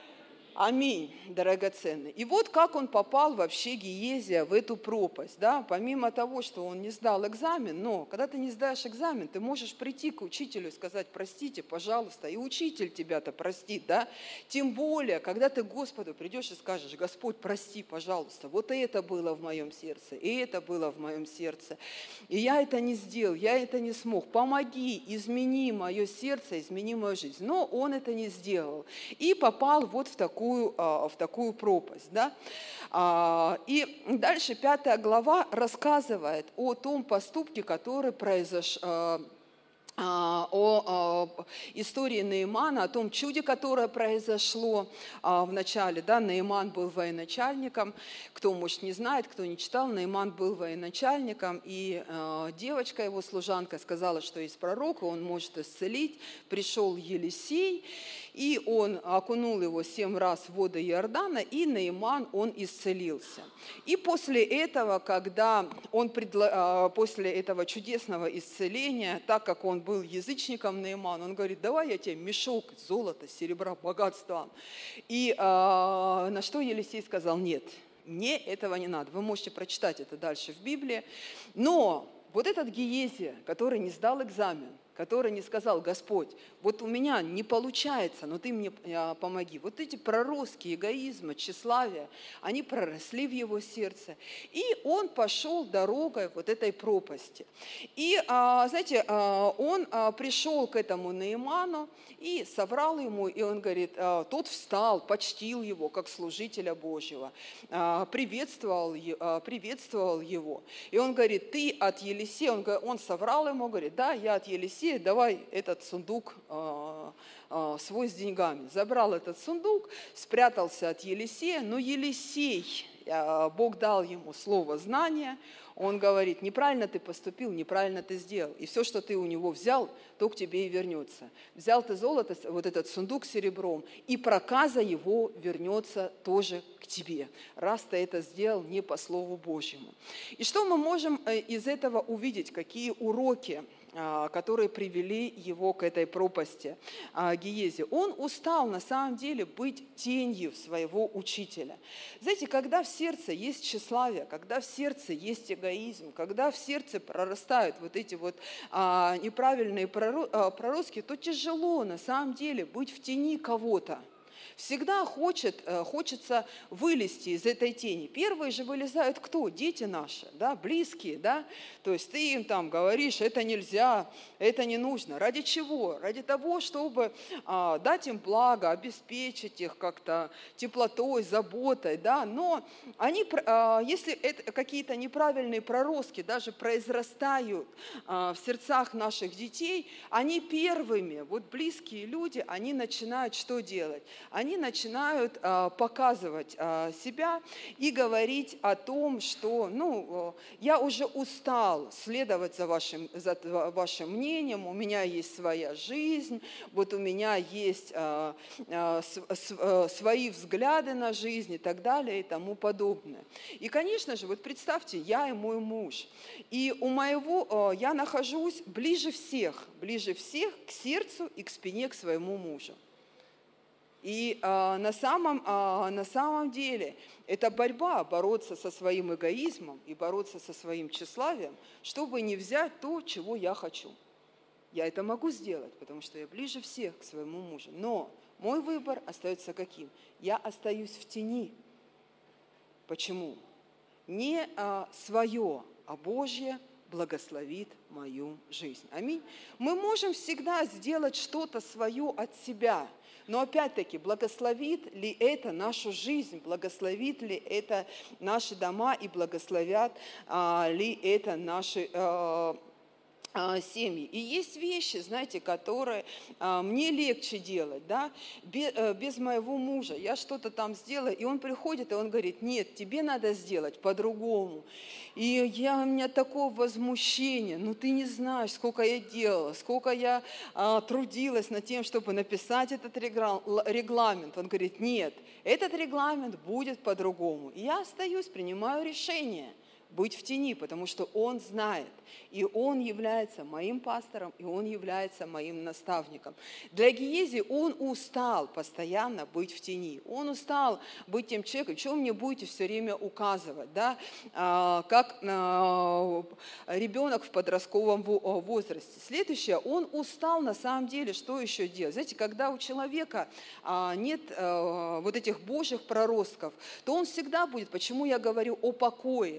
Аминь, драгоценный. И вот как он попал вообще, Гиезия, в эту пропасть. Да? Помимо того, что он не сдал экзамен, но когда ты не сдаешь экзамен, ты можешь прийти к учителю и сказать, простите, пожалуйста, и учитель тебя-то простит. Да? Тем более, когда ты к Господу придешь и скажешь, Господь, прости, пожалуйста, вот и это было в моем сердце, и это было в моем сердце, и я это не сделал, я это не смог, помоги, измени мое сердце, измени мою жизнь. Но он это не сделал и попал вот в такую в такую пропасть. Да? И дальше пятая глава рассказывает о том поступке, который произошел, о истории Наимана, о том чуде, которое произошло в начале. Да, Наиман был военачальником. Кто, может, не знает, кто не читал, Наиман был военачальником, и девочка, его служанка, сказала, что есть пророк, и он может исцелить. Пришел Елисей, и он окунул его семь раз в воды Иордана, и Наиман, он исцелился. И после этого, когда он, после этого чудесного исцеления, так как он был язычником Наиман, он говорит: давай я тебе мешок золота, серебра, богатства. И а, на что Елисей сказал: нет, мне этого не надо. Вы можете прочитать это дальше в Библии. Но вот этот Гиези, который не сдал экзамен, который не сказал: Господь, вот у меня не получается, но Ты мне помоги. Вот эти проростки эгоизма, тщеславия, они проросли в его сердце. И он пошел дорогой вот этой пропасти. И, знаете, он пришел к этому Наиману и соврал ему, и он говорит, тот встал, почтил его как служителя Божьего, приветствовал, приветствовал его. И он говорит: ты от Елисея, он, он соврал ему, говорит: да, я от Елисея, давай этот сундук э, э, свой с деньгами. Забрал этот сундук, спрятался от Елисея, но Елисей, э, Бог дал ему слово знания, он говорит: неправильно ты поступил, неправильно ты сделал. И все, что ты у него взял, то к тебе и вернется. Взял ты золото, вот этот сундук с серебром, и проказа его вернется тоже к тебе, раз ты это сделал не по Слову Божьему. И что мы можем из этого увидеть? Какие уроки, которые привели его к этой пропасти Гиези? Он устал на самом деле быть тенью своего учителя. Знаете, когда в сердце есть тщеславие, когда в сердце есть эгоизм, когда в сердце прорастают вот эти вот неправильные проростки, то тяжело на самом деле быть в тени кого-то. Всегда хочет, хочется вылезти из этой тени. Первые же вылезают кто? Дети наши, да, близкие, да. То есть ты им там говоришь: это нельзя, это не нужно. Ради чего? Ради того, чтобы а, дать им благо, обеспечить их как-то теплотой, заботой, да. Но они, а, если это какие-то неправильные проростки даже произрастают а, в сердцах наших детей, они первыми, вот близкие люди, они начинают что делать? Они начинают а, показывать а, себя и говорить о том, что ну, я уже устал следовать за вашим, за вашим мнением, у меня есть своя жизнь, вот у меня есть а, а, с, с, а, свои взгляды на жизнь и так далее и тому подобное. И, конечно же, вот представьте, я и мой муж, и у моего, а, я нахожусь ближе всех, ближе всех к сердцу и к спине к своему мужу. И а, на, самом, а, на самом деле это борьба, бороться со своим эгоизмом и бороться со своим тщеславием, чтобы не взять то, чего я хочу. Я это могу сделать, потому что я ближе всех к своему мужу. Но мой выбор остается каким? Я остаюсь в тени. Почему? Не а, свое, а Божье благословит мою жизнь. Аминь. Мы можем всегда сделать что-то свое от себя. Но опять-таки, благословит ли это нашу жизнь, благословит ли это наши дома и благословят а, ли это наши а, а, семьи. И есть вещи, знаете, которые а, мне легче делать, да, без, без моего мужа. Я что-то там сделаю, и он приходит, и он говорит: нет, тебе надо сделать по-другому. И я, у меня такое возмущение, ну ты не знаешь, сколько я делала, сколько я а, трудилась над тем, чтобы написать этот регламент. Он говорит: нет, этот регламент будет по-другому. И я остаюсь, принимаю решение быть в тени, потому что он знает, и он является моим пастором, и он является моим наставником. Для Гиези он устал постоянно быть в тени, он устал быть тем человеком, что вы мне будете все время указывать, да, а, как а, ребенок в подростковом возрасте. Следующее, он устал на самом деле, что еще делать? Знаете, когда у человека а, нет а, вот этих Божьих проростков, то он всегда будет, почему я говорю о покое, он всегда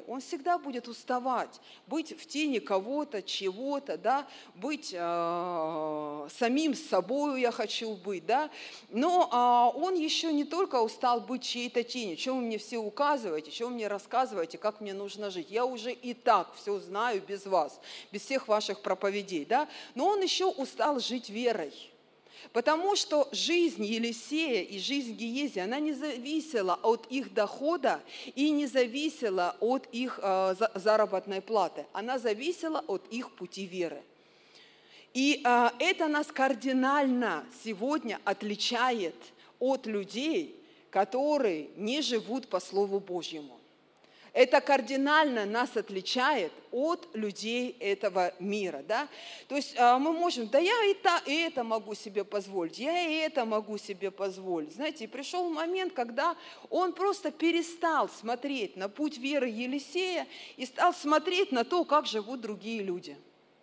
всегда будет уставать, быть в тени кого-то, чего-то, да, быть э, самим собою я хочу быть, да, но э, он еще не только устал быть чьей-то тенью, что вы мне все указываете, что вы мне рассказываете, как мне нужно жить, я уже и так все знаю без вас, без всех ваших проповедей, да, но он еще устал жить верой. Потому что жизнь Елисея и жизнь Гиези, она не зависела от их дохода и не зависела от их э, заработной платы. Она зависела от их пути веры. И э, это нас кардинально сегодня отличает от людей, которые не живут по Слову Божьему. Это кардинально нас отличает от людей этого мира. Да? То есть мы можем, да я и, та, и это могу себе позволить, я и это могу себе позволить. Знаете, и пришел момент, когда он просто перестал смотреть на путь веры Елисея и стал смотреть на то, как живут другие люди.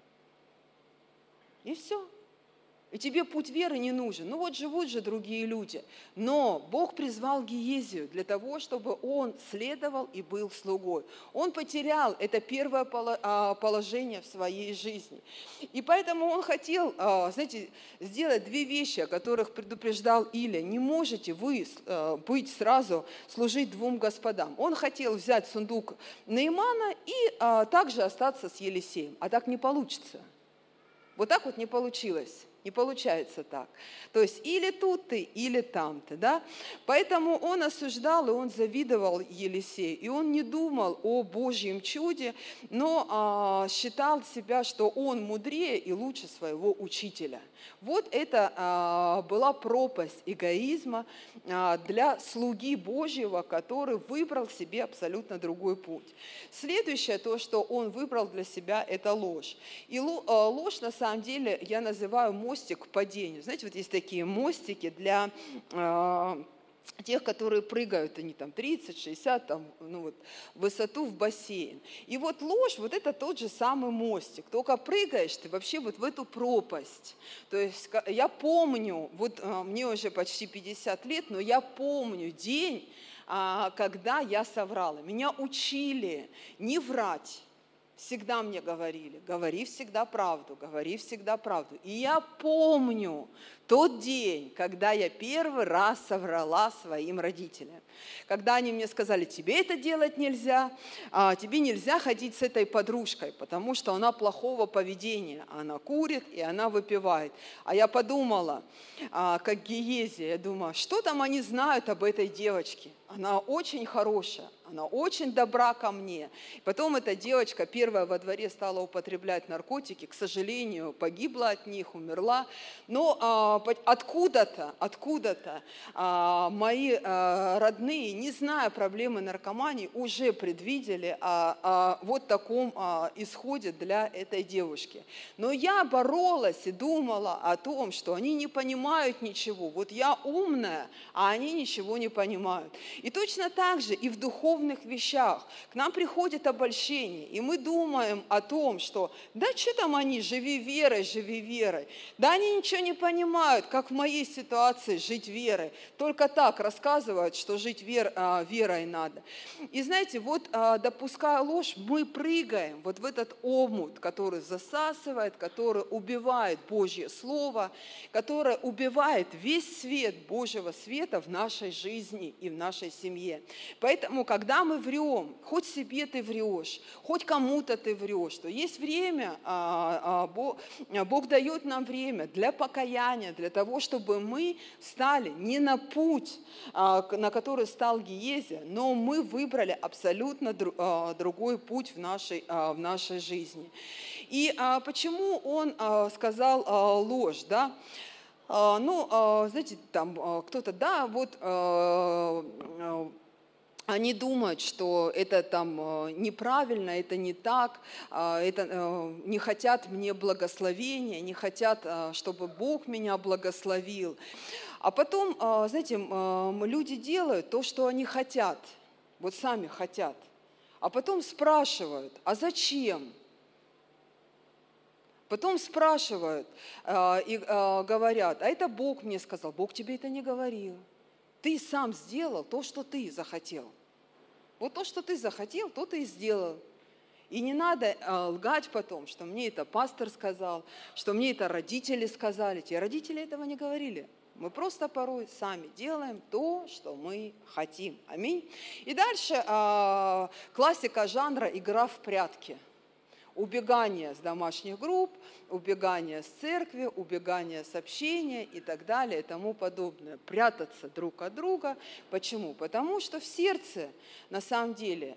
И все. И тебе путь веры не нужен. Ну вот живут же другие люди. Но Бог призвал Гиезию для того, чтобы он следовал и был слугой. Он потерял это первое положение в своей жизни. И поэтому он хотел, знаете, сделать две вещи, о которых предупреждал Илия. Не можете вы быть сразу, служить двум господам. Он хотел взять сундук Наимана и также остаться с Елисеем. А так не получится. Вот так вот не получилось. Не получается так. То есть или тут ты, или там ты. Да? Поэтому он осуждал, и он завидовал Елисею. И он не думал о Божьем чуде, но а, считал себя, что он мудрее и лучше своего учителя. Вот это а, была пропасть эгоизма а, для слуги Божьего, который выбрал себе абсолютно другой путь. Следующее, то, что он выбрал для себя, это ложь. И ложь, на самом деле, я называю мостик к падению. Знаете, вот есть такие мостики для э, тех, которые прыгают, они там тридцать, шестьдесят, там, ну вот, высоту в бассейн. И вот ложь, вот это тот же самый мостик. Только прыгаешь ты вообще вот в эту пропасть. То есть я помню, вот э, мне уже почти пятьдесят лет, но я помню день, э, когда я соврала. Меня учили не врать. Всегда мне говорили, говори всегда правду, говори всегда правду. И я помню тот день, когда я первый раз соврала своим родителям. Когда они мне сказали, тебе это делать нельзя, тебе нельзя ходить с этой подружкой, потому что она плохого поведения. Она курит и она выпивает. А я подумала, как Гиезия, я думаю, что там они знают об этой девочке? Она очень хорошая, она очень добра ко мне. Потом эта девочка первая во дворе стала употреблять наркотики, к сожалению, погибла от них, умерла. Но а, откуда-то, откуда-то а, мои а, родные, не зная проблемы наркомании, уже предвидели а, а, вот таком а, исходе для этой девушки. Но я боролась и думала о том, что они не понимают ничего. Вот я умная, а они ничего не понимают. И точно так же и в духовных вещах. К нам приходит обольщение, и мы думаем о том, что да что там они, живи верой, живи верой. Да они ничего не понимают, как в моей ситуации жить верой. Только так рассказывают, что жить вер, а, верой надо. И знаете, вот а, допуская ложь, мы прыгаем вот в этот омут, который засасывает, который убивает Божье Слово, который убивает весь свет Божьего света в нашей жизни и в нашей семье. Поэтому, когда мы врем, хоть себе ты врешь, хоть кому-то ты врешь, то есть время, Бог, Бог дает нам время для покаяния, для того, чтобы мы встали не на путь, на который стал Гиезия, но мы выбрали абсолютно другой путь в нашей, в нашей жизни. И почему он сказал ложь, да? Ну, знаете, там кто-то, да, вот они думают, что это там неправильно, это не так, это, не хотят мне благословения, не хотят, чтобы Бог меня благословил. А потом, знаете, люди делают то, что они хотят, вот сами хотят, а потом спрашивают, а зачем? Потом спрашивают э, и э, говорят, а это Бог мне сказал. Бог тебе это не говорил. Ты сам сделал то, что ты захотел. Вот то, что ты захотел, то ты и сделал. И не надо э, лгать потом, что мне это пастор сказал, что мне это родители сказали. Те родители этого не говорили. Мы просто порой сами делаем то, что мы хотим. Аминь. И дальше э, классика жанра «игра в прятки». Убегание с домашних групп, убегание с церкви, убегание с общения и так далее и тому подобное. Прятаться друг от друга. Почему? Потому что в сердце на самом деле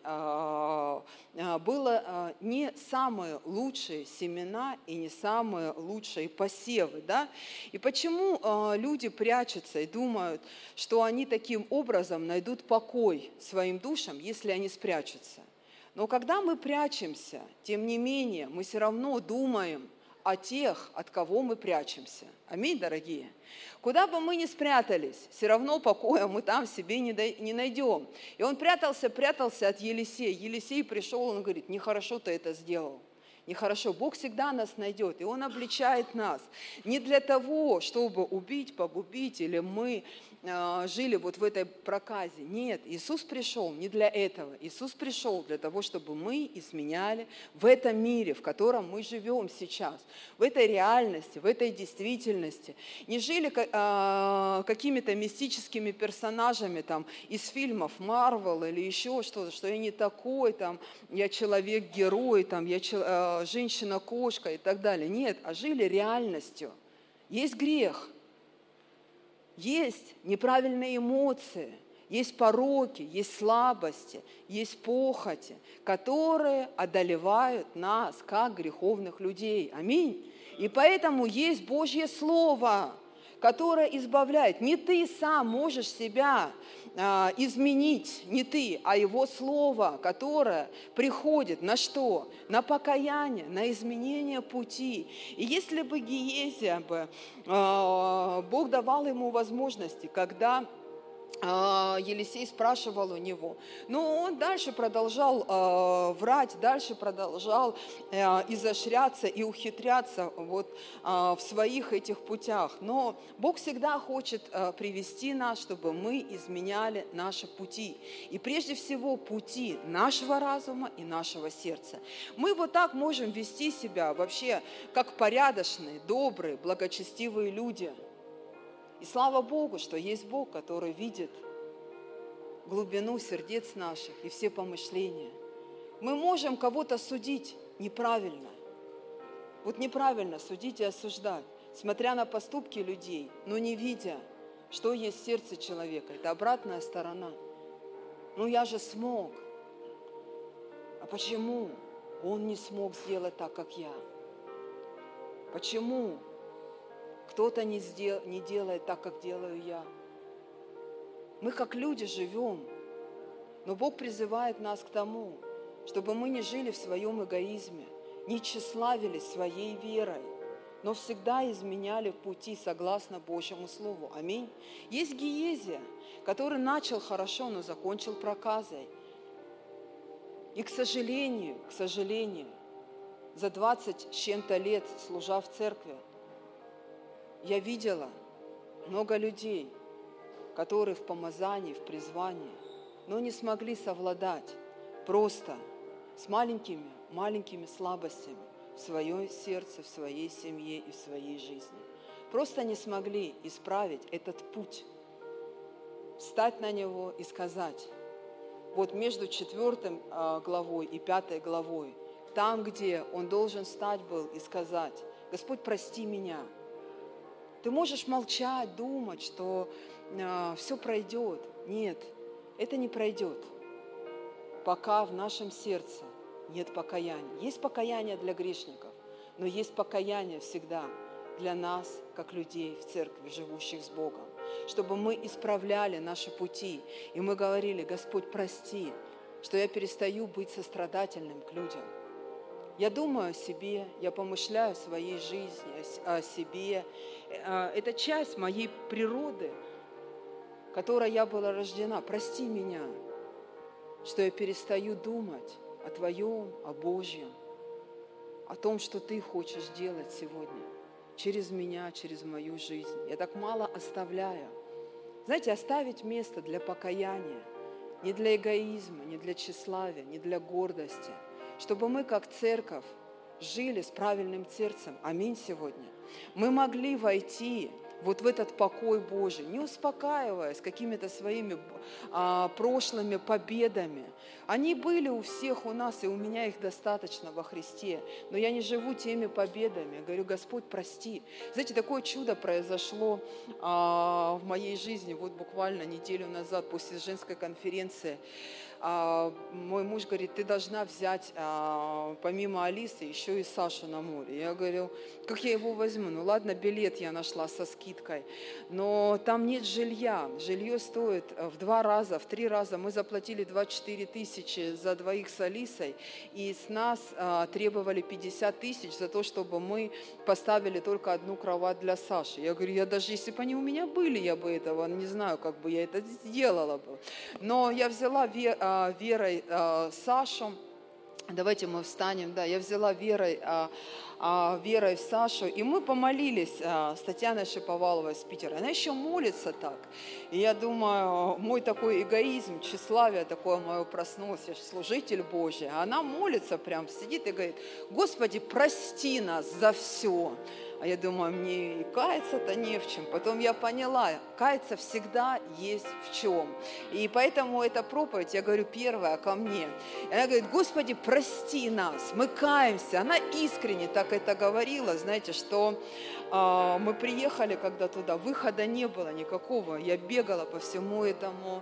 было не самые лучшие семена и не самые лучшие посевы. Да? И почему люди прячутся и думают, что они таким образом найдут покой своим душам, если они спрячутся? Но когда мы прячемся, тем не менее, мы все равно думаем о тех, от кого мы прячемся. Аминь, дорогие. Куда бы мы ни спрятались, все равно покоя мы там себе не, до, не найдем. И он прятался, прятался от Елисея. Елисей пришел, он говорит, нехорошо ты это сделал. Нехорошо. Бог всегда нас найдет, и Он обличает нас. Не для того, чтобы убить, погубить, или мы э, жили вот в этой проказе. Нет, Иисус пришел не для этого. Иисус пришел для того, чтобы мы изменяли в этом мире, в котором мы живем сейчас, в этой реальности, в этой действительности. Не жили э, какими-то мистическими персонажами там, из фильмов Марвел или еще что-то, что я не такой, там, я человек-герой, там, я человек, женщина-кошка и так далее. Нет, а жили реальностью. Есть грех, есть неправильные эмоции, есть пороки, есть слабости, есть похоти, которые одолевают нас, как греховных людей. Аминь. И поэтому есть Божье Слово, которое избавляет. Не ты сам можешь себя а, изменить, не ты, а Его Слово, которое приходит на что? На покаяние, на изменение пути. И если бы Гиезия, бы, а, Бог давал ему возможности, когда Елисей спрашивал у него. Но он дальше продолжал э, врать, дальше продолжал э, изощряться и ухитряться вот, э, в своих этих путях. Но Бог всегда хочет э, привести нас, чтобы мы изменяли наши пути. И прежде всего пути нашего разума и нашего сердца. Мы вот так можем вести себя вообще как порядочные, добрые, благочестивые люди. И слава Богу, что есть Бог, который видит глубину сердец наших и все помышления. Мы можем кого-то судить неправильно. Вот неправильно судить и осуждать, смотря на поступки людей, но не видя, что есть в сердце человека. Это обратная сторона. Ну я же смог. А почему он не смог сделать так, как я? Почему кто-то не, сдел, не делает так, как делаю я? Мы как люди живем, но Бог призывает нас к тому, чтобы мы не жили в своем эгоизме, не тщеславились своей верой, но всегда изменяли пути согласно Божьему Слову. Аминь. Есть Гиезия, который начал хорошо, но закончил проказой. И, к сожалению, к сожалению, за двадцать с чем-то лет, служа в церкви, я видела много людей, которые в помазании, в призвании, но не смогли совладать просто с маленькими, маленькими слабостями в своем сердце, в своей семье и в своей жизни. Просто не смогли исправить этот путь, встать на него и сказать, вот между четвертой главой и пятой главой, там, где он должен встать был и сказать, Господь, прости меня. Ты можешь молчать, думать, что э, все пройдет. Нет, это не пройдет, пока в нашем сердце нет покаяния. Есть покаяние для грешников, но есть покаяние всегда для нас, как людей в церкви, живущих с Богом. Чтобы мы исправляли наши пути, и мы говорили, Господь, прости, что я перестаю быть сострадательным к людям. Я думаю о себе, я помышляю о своей жизни, о себе. Это часть моей природы, которой я была рождена. Прости меня, что я перестаю думать о Твоем, о Божьем, о том, что Ты хочешь делать сегодня через меня, через мою жизнь. Я так мало оставляю. Знаете, оставить место для покаяния, не для эгоизма, не для тщеславия, не для гордости, чтобы мы как церковь жили с правильным сердцем. Аминь сегодня. Мы могли войти вот в этот покой Божий, не успокаиваясь какими-то своими а, прошлыми победами. Они были у всех у нас, и у меня их достаточно во Христе. Но я не живу теми победами. Я говорю, Господь, прости. Знаете, такое чудо произошло а, в моей жизни вот буквально неделю назад после женской конференции. А, мой муж говорит, ты должна взять а, помимо Алисы еще и Сашу на море. Я говорю, как я его возьму? Ну ладно, билет я нашла со скидкой, но там нет жилья. Жилье стоит в два раза, в три раза. Мы заплатили двадцать четыре тысячи за двоих с Алисой, и с нас а, требовали пятьдесят тысяч за то, чтобы мы поставили только одну кровать для Саши. Я говорю, я даже если бы они у меня были, я бы этого, не знаю, как бы я это сделала бы. Но я взяла Верой а, Сашу. Давайте мы встанем. Да, я взяла Верой, а, а, Верой в Сашу, и мы помолились а, с Татьяной Шиповаловой из Питера. Она еще молится так. И я думаю, мой такой эгоизм, тщеславие такое мое проснулось, я же служитель Божий. А она молится прям, сидит и говорит, Господи, прости нас за все. А я думаю, мне и каяться-то не в чем. Потом я поняла, каяться всегда есть в чем. И поэтому эта проповедь, я говорю, первая ко мне. И она говорит, Господи, прости нас, мы каемся. Она искренне так это говорила, знаете, что э, мы приехали когда туда, выхода не было никакого. Я бегала по всему этому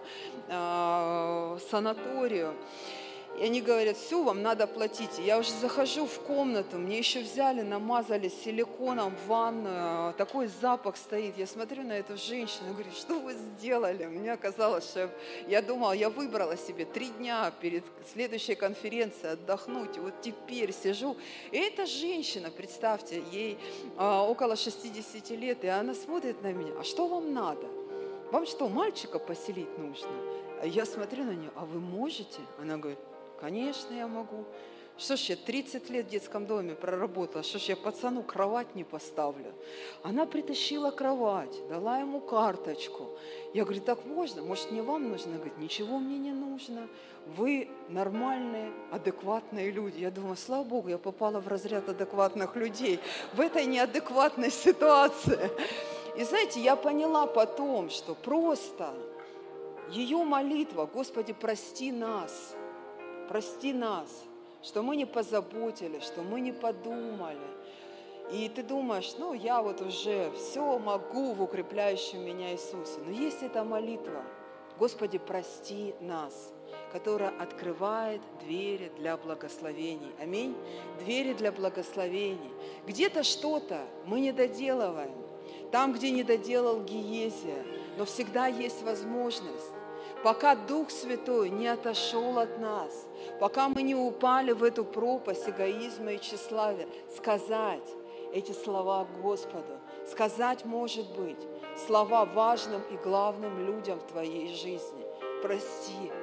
э, санаторию. И они говорят, все, вам надо платить. Я уже захожу в комнату, мне еще взяли, намазали силиконом в ванную, такой запах стоит. Я смотрю на эту женщину, говорю, что вы сделали? Мне казалось, что я думала, я выбрала себе три дня перед следующей конференцией отдохнуть. И вот теперь сижу. И эта женщина, представьте, ей а, около шестидесяти лет, и она смотрит на меня, а что вам надо? Вам что, мальчика поселить нужно? Я смотрю на нее, а вы можете? Она говорит, конечно, я могу. Что ж, я тридцать лет в детском доме проработала, что ж, я пацану кровать не поставлю. Она притащила кровать, дала ему карточку. Я говорю, так можно? Может, мне вам нужно? Она говорит, ничего мне не нужно. Вы нормальные, адекватные люди. Я думаю, слава Богу, я попала в разряд адекватных людей в этой неадекватной ситуации. И знаете, я поняла потом, что просто ее молитва, Господи, прости нас, прости нас, что мы не позаботились, что мы не подумали. И ты думаешь, ну, я вот уже все могу в укрепляющем меня Иисусе. Но есть эта молитва, Господи, прости нас, которая открывает двери для благословений. Аминь. Двери для благословений. Где-то что-то мы не доделываем. Там, где не доделал Гиезия. Но всегда есть возможность. Пока Дух Святой не отошел от нас, пока мы не упали в эту пропасть эгоизма и тщеславия, сказать эти слова Господу, сказать, может быть, слова важным и главным людям в твоей жизни. Прости,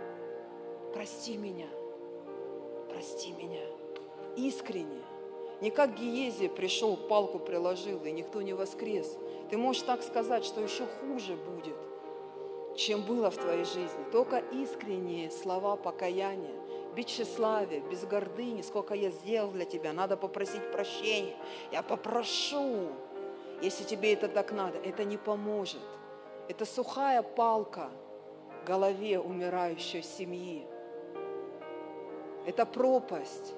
прости меня, прости меня. Искренне. Не как Гиезия пришел, палку приложил, и никто не воскрес. Ты можешь так сказать, что еще хуже будет, чем было в твоей жизни. Только искренние слова покаяния, без тщеславия, без гордыни. Сколько я сделал для тебя, надо попросить прощения. Я попрошу, если тебе это так надо. Это не поможет. Это сухая палка в голове умирающей семьи. Это пропасть,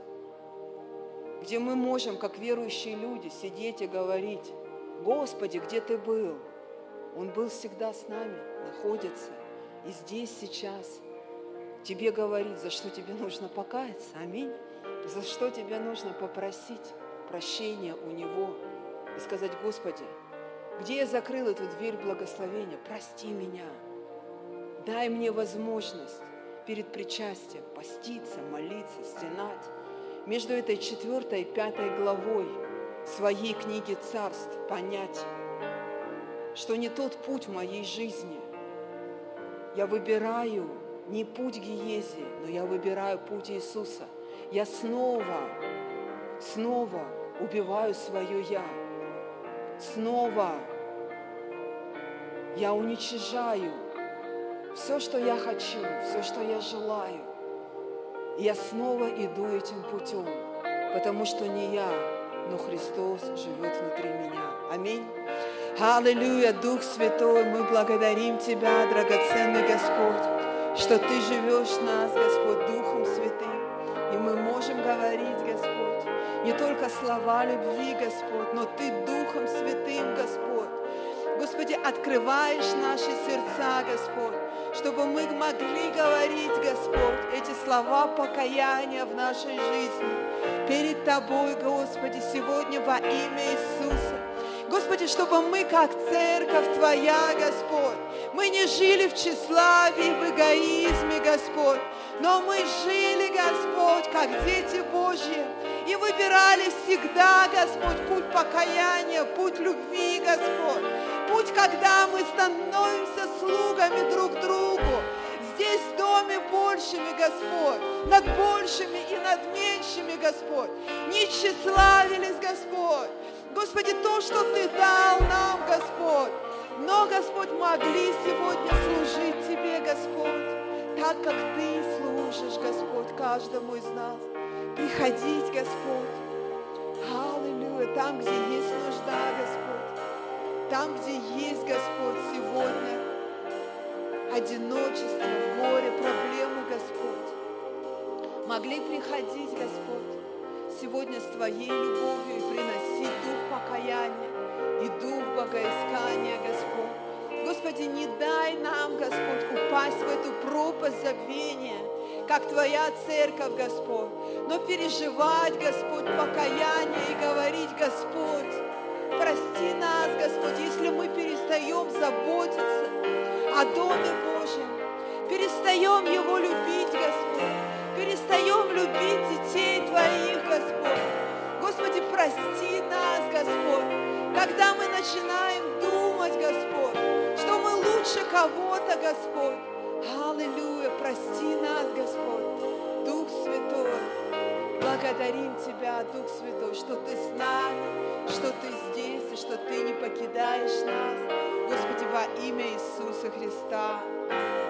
где мы можем, как верующие люди, сидеть и говорить, Господи, где Ты был? Он был всегда с нами, находится. И здесь, сейчас. Тебе говорит, за что тебе нужно покаяться. Аминь. За что тебе нужно попросить прощения у Него. И сказать, Господи, где я закрыл эту дверь благословения? Прости меня. Дай мне возможность перед причастием поститься, молиться, стенать. Между этой четвертой и пятой главой своей книги Царств понять, что не тот путь в моей жизни. Я выбираю не путь Гиезии, но я выбираю путь Иисуса. Я снова, снова убиваю свое «я». Снова я уничижаю все, что я хочу, все, что я желаю. И я снова иду этим путем, потому что не я, но Христос живет внутри меня. Аминь. Аллилуйя, Дух Святой, мы благодарим Тебя, драгоценный Господь, что Ты живешь в нас, Господь, Духом Святым. И мы можем говорить, Господь, не только слова любви, Господь, но Ты Духом Святым, Господь. Господи, открываешь наши сердца, Господь, чтобы мы могли говорить, Господь, эти слова покаяния в нашей жизни перед Тобой, Господи, сегодня во имя Иисуса. Господи, чтобы мы, как церковь Твоя, Господь, мы не жили в тщеславии, в эгоизме, Господь, но мы жили, Господь, как дети Божьи, и выбирали всегда, Господь, путь покаяния, путь любви, Господь, путь, когда мы становимся слугами друг другу, здесь в доме большими, Господь, над большими и над меньшими, Господь, не тщеславились, Господь. Господи, то, что Ты дал нам, Господь, но, Господь, могли сегодня служить Тебе, Господь, так, как Ты служишь, Господь, каждому из нас. Приходить, Господь, аллилуйя, там, где есть нужда, Господь, там, где есть, Господь, сегодня одиночество, горе, проблемы, Господь, могли приходить, Господь, сегодня с Твоей любовью и приносить дух покаяния и дух богоискания, Господь. Господи, не дай нам, Господь, упасть в эту пропасть забвения, как Твоя церковь, Господь, но переживать, Господь, покаяние и говорить, Господь, прости нас, Господь, если мы перестаем заботиться о Доме Божьем, перестаем Его любить, Господь, перестаем любить детей Твоих, Господь. Господи, прости нас, Господь, когда мы начинаем думать, Господь, что мы лучше кого-то, Господь. Аллилуйя, прости нас, Господь, Дух Святой. Благодарим Тебя, Дух Святой, что Ты с нами, что Ты здесь, и что Ты не покидаешь нас. Господи, во имя Иисуса Христа.